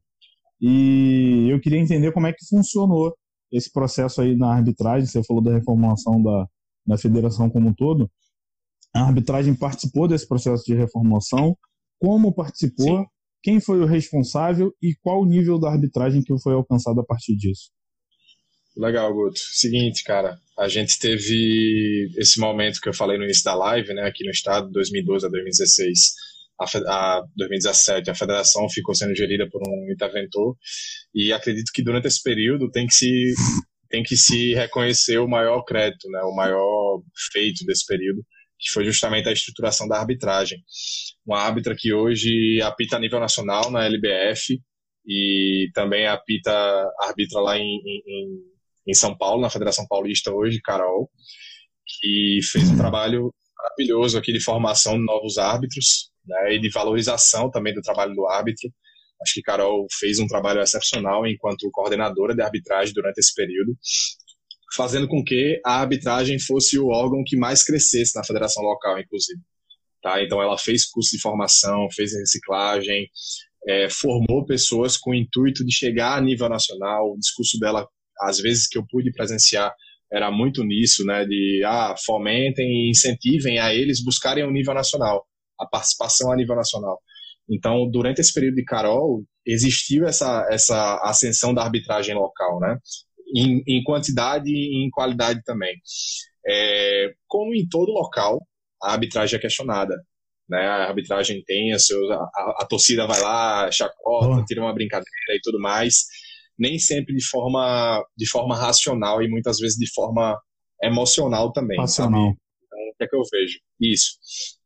E eu queria entender como é que funcionou esse processo aí na arbitragem. Você falou da reformulação da, da federação como um todo. A arbitragem participou desse processo de reformulação? Como participou? Sim. Quem foi o responsável e qual o nível da arbitragem que foi alcançado a partir disso? Legal, Guto. Seguinte, cara, a gente teve esse momento que eu falei no início da live, né, aqui no estado, dois mil e doze a dois mil e dezesseis, a, a dois mil e dezessete, a federação ficou sendo gerida por um interventor e acredito que durante esse período tem que se, tem que se reconhecer o maior crédito, né, o maior feito desse período, que foi justamente a estruturação da arbitragem. Uma árbitra que hoje apita a nível nacional na L B F e também apita, arbitra lá em, em em São Paulo, na Federação Paulista hoje, Carol, que fez um trabalho maravilhoso aqui de formação de novos árbitros, né, e de valorização também do trabalho do árbitro. Acho que Carol fez um trabalho excepcional enquanto coordenadora de arbitragem durante esse período, fazendo com que a arbitragem fosse o órgão que mais crescesse na federação local, inclusive. Tá? Então ela fez curso de formação, fez reciclagem, é, formou pessoas com o intuito de chegar a nível nacional. O discurso dela, às vezes que eu pude presenciar, era muito nisso, né, de ah, fomentem e incentivem a eles buscarem o nível nacional, a participação a nível nacional. Então, durante esse período de Carol, existiu essa, essa ascensão da arbitragem local, né, em, em quantidade e em qualidade também. É, como em todo local, a arbitragem é questionada, né, a arbitragem tem a, seu, a, a torcida vai lá, chacota, oh. tira uma brincadeira e tudo mais, nem sempre de forma, de forma racional e muitas vezes de forma emocional também. Racional. Sabe? Então, o que é que eu vejo? Isso.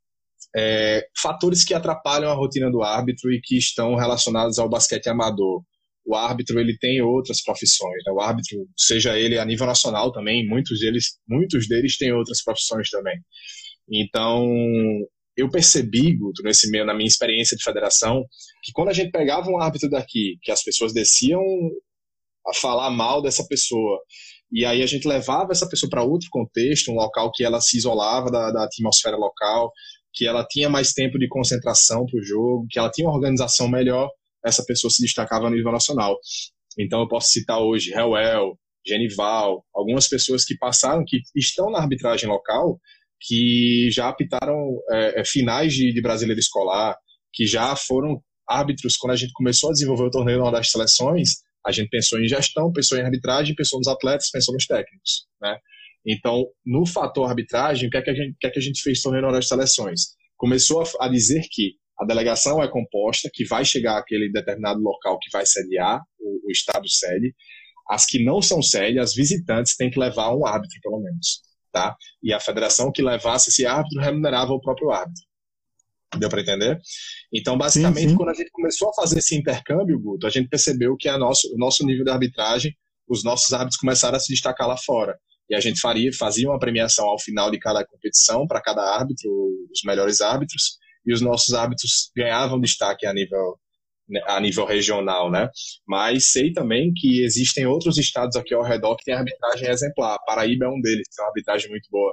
É, fatores que atrapalham a rotina do árbitro e que estão relacionados ao basquete amador. O árbitro, ele tem outras profissões, né? O árbitro, seja ele a nível nacional também, muitos deles, muitos deles têm outras profissões também. Então, eu percebi, Guto, nesse meio, na minha experiência de federação, que quando a gente pegava um árbitro daqui, que as pessoas desciam a falar mal dessa pessoa, e aí a gente levava essa pessoa para outro contexto, um local que ela se isolava da, da atmosfera local, que ela tinha mais tempo de concentração para o jogo, que ela tinha uma organização melhor, essa pessoa se destacava no nível nacional. Então eu posso citar hoje Reuel, Genival, algumas pessoas que passaram, que estão na arbitragem local, que já apitaram é, finais de, de brasileiro escolar, que já foram árbitros. Quando a gente começou a desenvolver o torneio das seleções, a gente pensou em gestão, pensou em arbitragem, pensou nos atletas, pensou nos técnicos, né? Então, no fator arbitragem, o que é que a gente, o que é que a gente fez no torneio das seleções? Começou a, a dizer que a delegação é composta, que vai chegar àquele determinado local que vai sediar, o, o estado sede. As que não são sede, as visitantes têm que levar um árbitro, pelo menos. Tá? E a federação que levasse esse árbitro remunerava o próprio árbitro. Deu para entender? Então, basicamente, sim, sim. Quando a gente começou a fazer esse intercâmbio, Guto, a gente percebeu que a nosso, o nosso nível de arbitragem, os nossos árbitros começaram a se destacar lá fora. E a gente faria, fazia uma premiação ao final de cada competição para cada árbitro, os melhores árbitros, e os nossos árbitros ganhavam destaque a nível, a nível regional, né? Mas sei também que existem outros estados aqui ao redor que têm arbitragem exemplar. A Paraíba é um deles, tem uma arbitragem muito boa.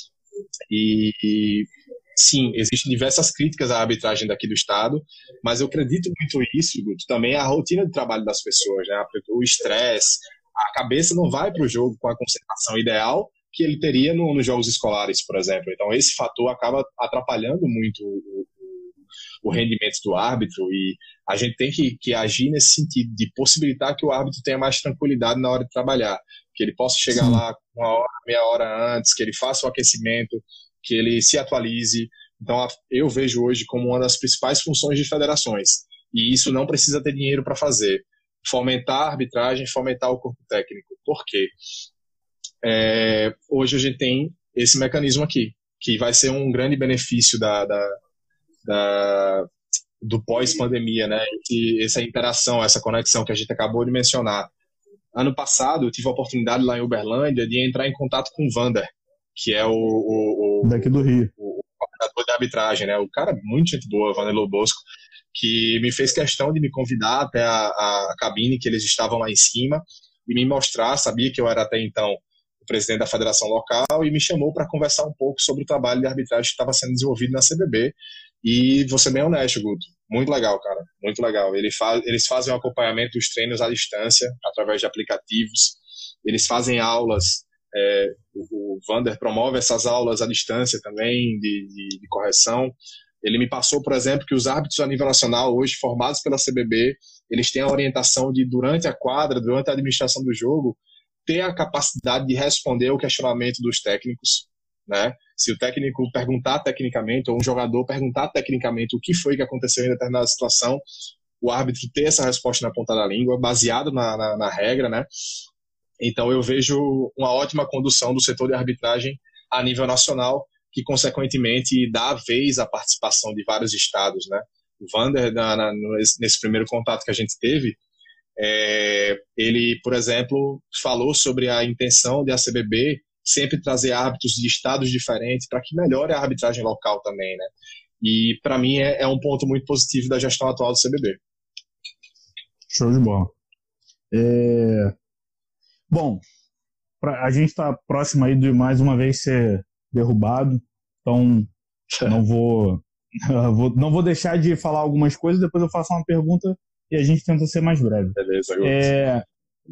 E, e sim, existem diversas críticas à arbitragem daqui do estado, mas eu acredito muito nisso, Guto, também a rotina de trabalho das pessoas, né? O estresse, a cabeça não vai para o jogo com a concentração ideal que ele teria no, nos jogos escolares, por exemplo. Então esse fator acaba atrapalhando muito o, o, o rendimento do árbitro, e a gente tem que, que agir nesse sentido de possibilitar que o árbitro tenha mais tranquilidade na hora de trabalhar, que ele possa chegar Sim. lá uma hora, meia hora antes, que ele faça o aquecimento, que ele se atualize, Então, eu vejo hoje como uma das principais funções de federações, e isso não precisa ter dinheiro para fazer. Fomentar a arbitragem, fomentar o corpo técnico. Por quê? É, hoje a gente tem esse mecanismo aqui, que vai ser um grande benefício da, da, da, do pós-pandemia, né? E essa interação, essa conexão que a gente acabou de mencionar. Ano passado, eu tive a oportunidade lá em Uberlândia de entrar em contato com o Vander, que é o, o, o daqui do Rio, o coordenador de arbitragem, né? O cara muito gente boa, Vanderlei Bosco, que me fez questão de me convidar até a, a cabine que eles estavam lá em cima e me mostrar, sabia que eu era até então o presidente da federação local, e me chamou para conversar um pouco sobre o trabalho de arbitragem que estava sendo desenvolvido na C B B. E vou ser bem honesto, Guto, muito legal, cara, muito legal. Ele faz, eles fazem o acompanhamento dos treinos à distância, através de aplicativos, eles fazem aulas, é, o, o Vander promove essas aulas à distância também, de, de, de correção. Ele me passou, por exemplo, que os árbitros a nível nacional, hoje formados pela C B B, eles têm a orientação de, durante a quadra, durante a administração do jogo, ter a capacidade de responder ao questionamento dos técnicos, né? Se o técnico perguntar tecnicamente, ou um jogador perguntar tecnicamente o que foi que aconteceu em determinada situação, o árbitro ter essa resposta na ponta da língua, baseado na, na, na regra, né? Então eu vejo uma ótima condução do setor de arbitragem a nível nacional, que consequentemente dá vez à participação de vários estados, né? O Vander, na, na, nesse primeiro contato que a gente teve, é, ele, por exemplo, falou sobre a intenção de a C B B sempre trazer árbitros de estados diferentes para que melhore a arbitragem local também, né? E para mim é, é um ponto muito positivo da gestão atual do C B B. Show de bola. É... Bom, pra, a gente está próximo aí de mais uma vez ser derrubado, então não vou, vou, não vou deixar de falar algumas coisas, depois eu faço uma pergunta e a gente tenta ser mais breve. Beleza, é,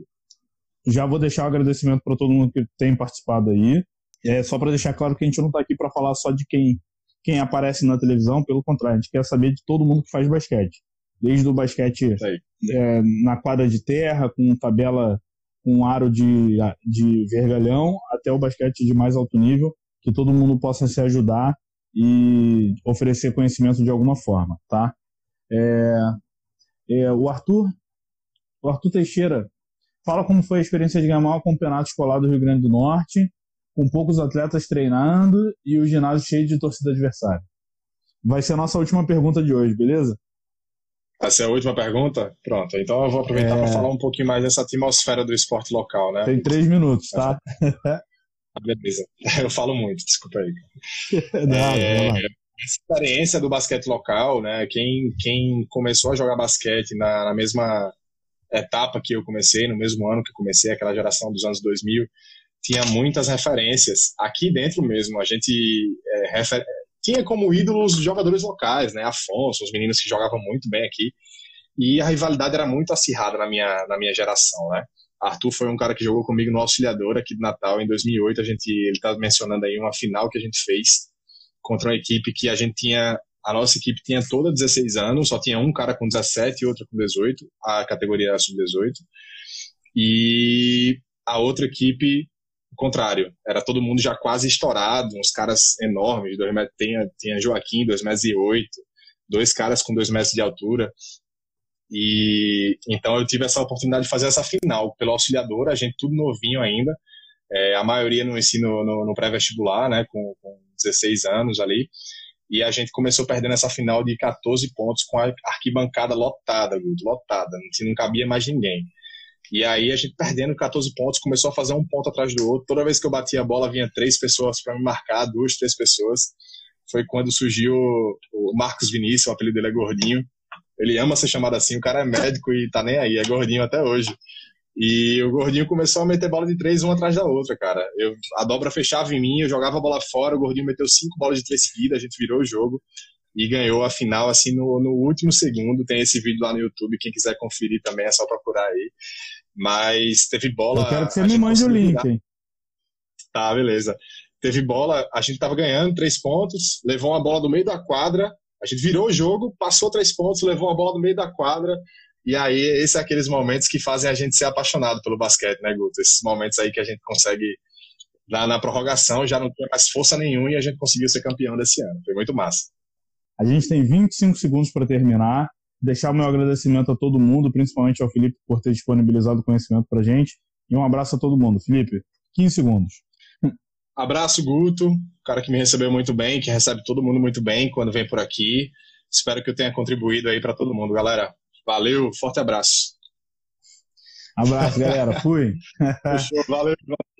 já vou deixar o agradecimento para todo mundo que tem participado aí. É, só para deixar claro que a gente não está aqui para falar só de quem, quem aparece na televisão, pelo contrário, a gente quer saber de todo mundo que faz basquete. Desde o basquete é, na quadra de terra, com tabela, com aro de, de vergalhão, até o basquete de mais alto nível, que todo mundo possa se ajudar e oferecer conhecimento de alguma forma, tá? É, é, o Arthur, o Arthur Teixeira, fala como foi a experiência de ganhar o campeonato escolar do Rio Grande do Norte, com poucos atletas treinando e o ginásio cheio de torcida adversária. Vai ser a nossa última pergunta de hoje, beleza? Essa é a última pergunta? Pronto, então eu vou aproveitar é... para falar um pouquinho mais dessa atmosfera do esporte local, né? Tem três minutos, tá? Beleza, eu falo muito, desculpa aí. Não, é, essa experiência do basquete local, né? Quem, quem começou a jogar basquete na, na mesma etapa que eu comecei, no mesmo ano que eu comecei, aquela geração dos anos dois mil, tinha muitas referências. Aqui dentro mesmo, a gente é, refer... tinha como ídolos jogadores locais, né? Afonso, os meninos que jogavam muito bem aqui. E a rivalidade era muito acirrada na minha, na minha geração, né? Arthur foi um cara que jogou comigo no Auxiliador aqui de Natal em dois mil e oito. A gente, ele está mencionando aí uma final que a gente fez contra uma equipe que a gente tinha, a nossa equipe tinha toda dezesseis anos, só tinha um cara com dezessete e outro com dezoito, a categoria era sub dezoito. E a outra equipe, o contrário, era todo mundo já quase estourado, uns caras enormes, dois metros, tinha, tinha Joaquim, dois metros e oito, dois caras com dois metros de altura. E então eu tive essa oportunidade de fazer essa final pelo Auxiliador, a gente tudo novinho ainda, é, a maioria no ensino no, no pré-vestibular, né, com, com dezesseis anos ali, e a gente começou perdendo essa final de quatorze pontos com a arquibancada lotada, lotada, não, não cabia mais ninguém. E aí a gente perdendo quatorze pontos, começou a fazer um ponto atrás do outro, toda vez que eu batia a bola vinha três pessoas para me marcar, duas, três pessoas. Foi quando surgiu o Marcos Vinícius, o apelido dele é Gordinho. Ele ama ser chamado assim, o cara é médico e tá nem aí, é gordinho até hoje. E o Gordinho começou a meter bola de três, uma atrás da outra, cara. Eu, a dobra fechava em mim, eu jogava a bola fora, o Gordinho meteu cinco bolas de três seguidas, a gente virou o jogo e ganhou a final, assim, no, no último segundo. Tem esse vídeo lá no YouTube, quem quiser conferir também é só procurar aí. Mas teve bola... Eu quero que você me mande o link, hein? Tá, beleza. Teve bola, a gente tava ganhando três pontos, levou uma bola do meio da quadra, a gente virou o jogo, passou três pontos, levou a bola no meio da quadra, e aí esses são aqueles momentos que fazem a gente ser apaixonado pelo basquete, né, Guto? Esses momentos aí que a gente consegue na, na prorrogação já não tinha mais força nenhuma e a gente conseguiu ser campeão desse ano. Foi muito massa. A gente tem vinte e cinco segundos para terminar. Deixar o meu agradecimento a todo mundo, principalmente ao Felipe por ter disponibilizado o conhecimento para a gente. E um abraço a todo mundo. Felipe, quinze segundos. Abraço, Guto, cara que me recebeu muito bem, que recebe todo mundo muito bem quando vem por aqui. Espero que eu tenha contribuído aí para todo mundo, galera. Valeu, forte abraço. Abraço, galera. Fui. Fechou, valeu.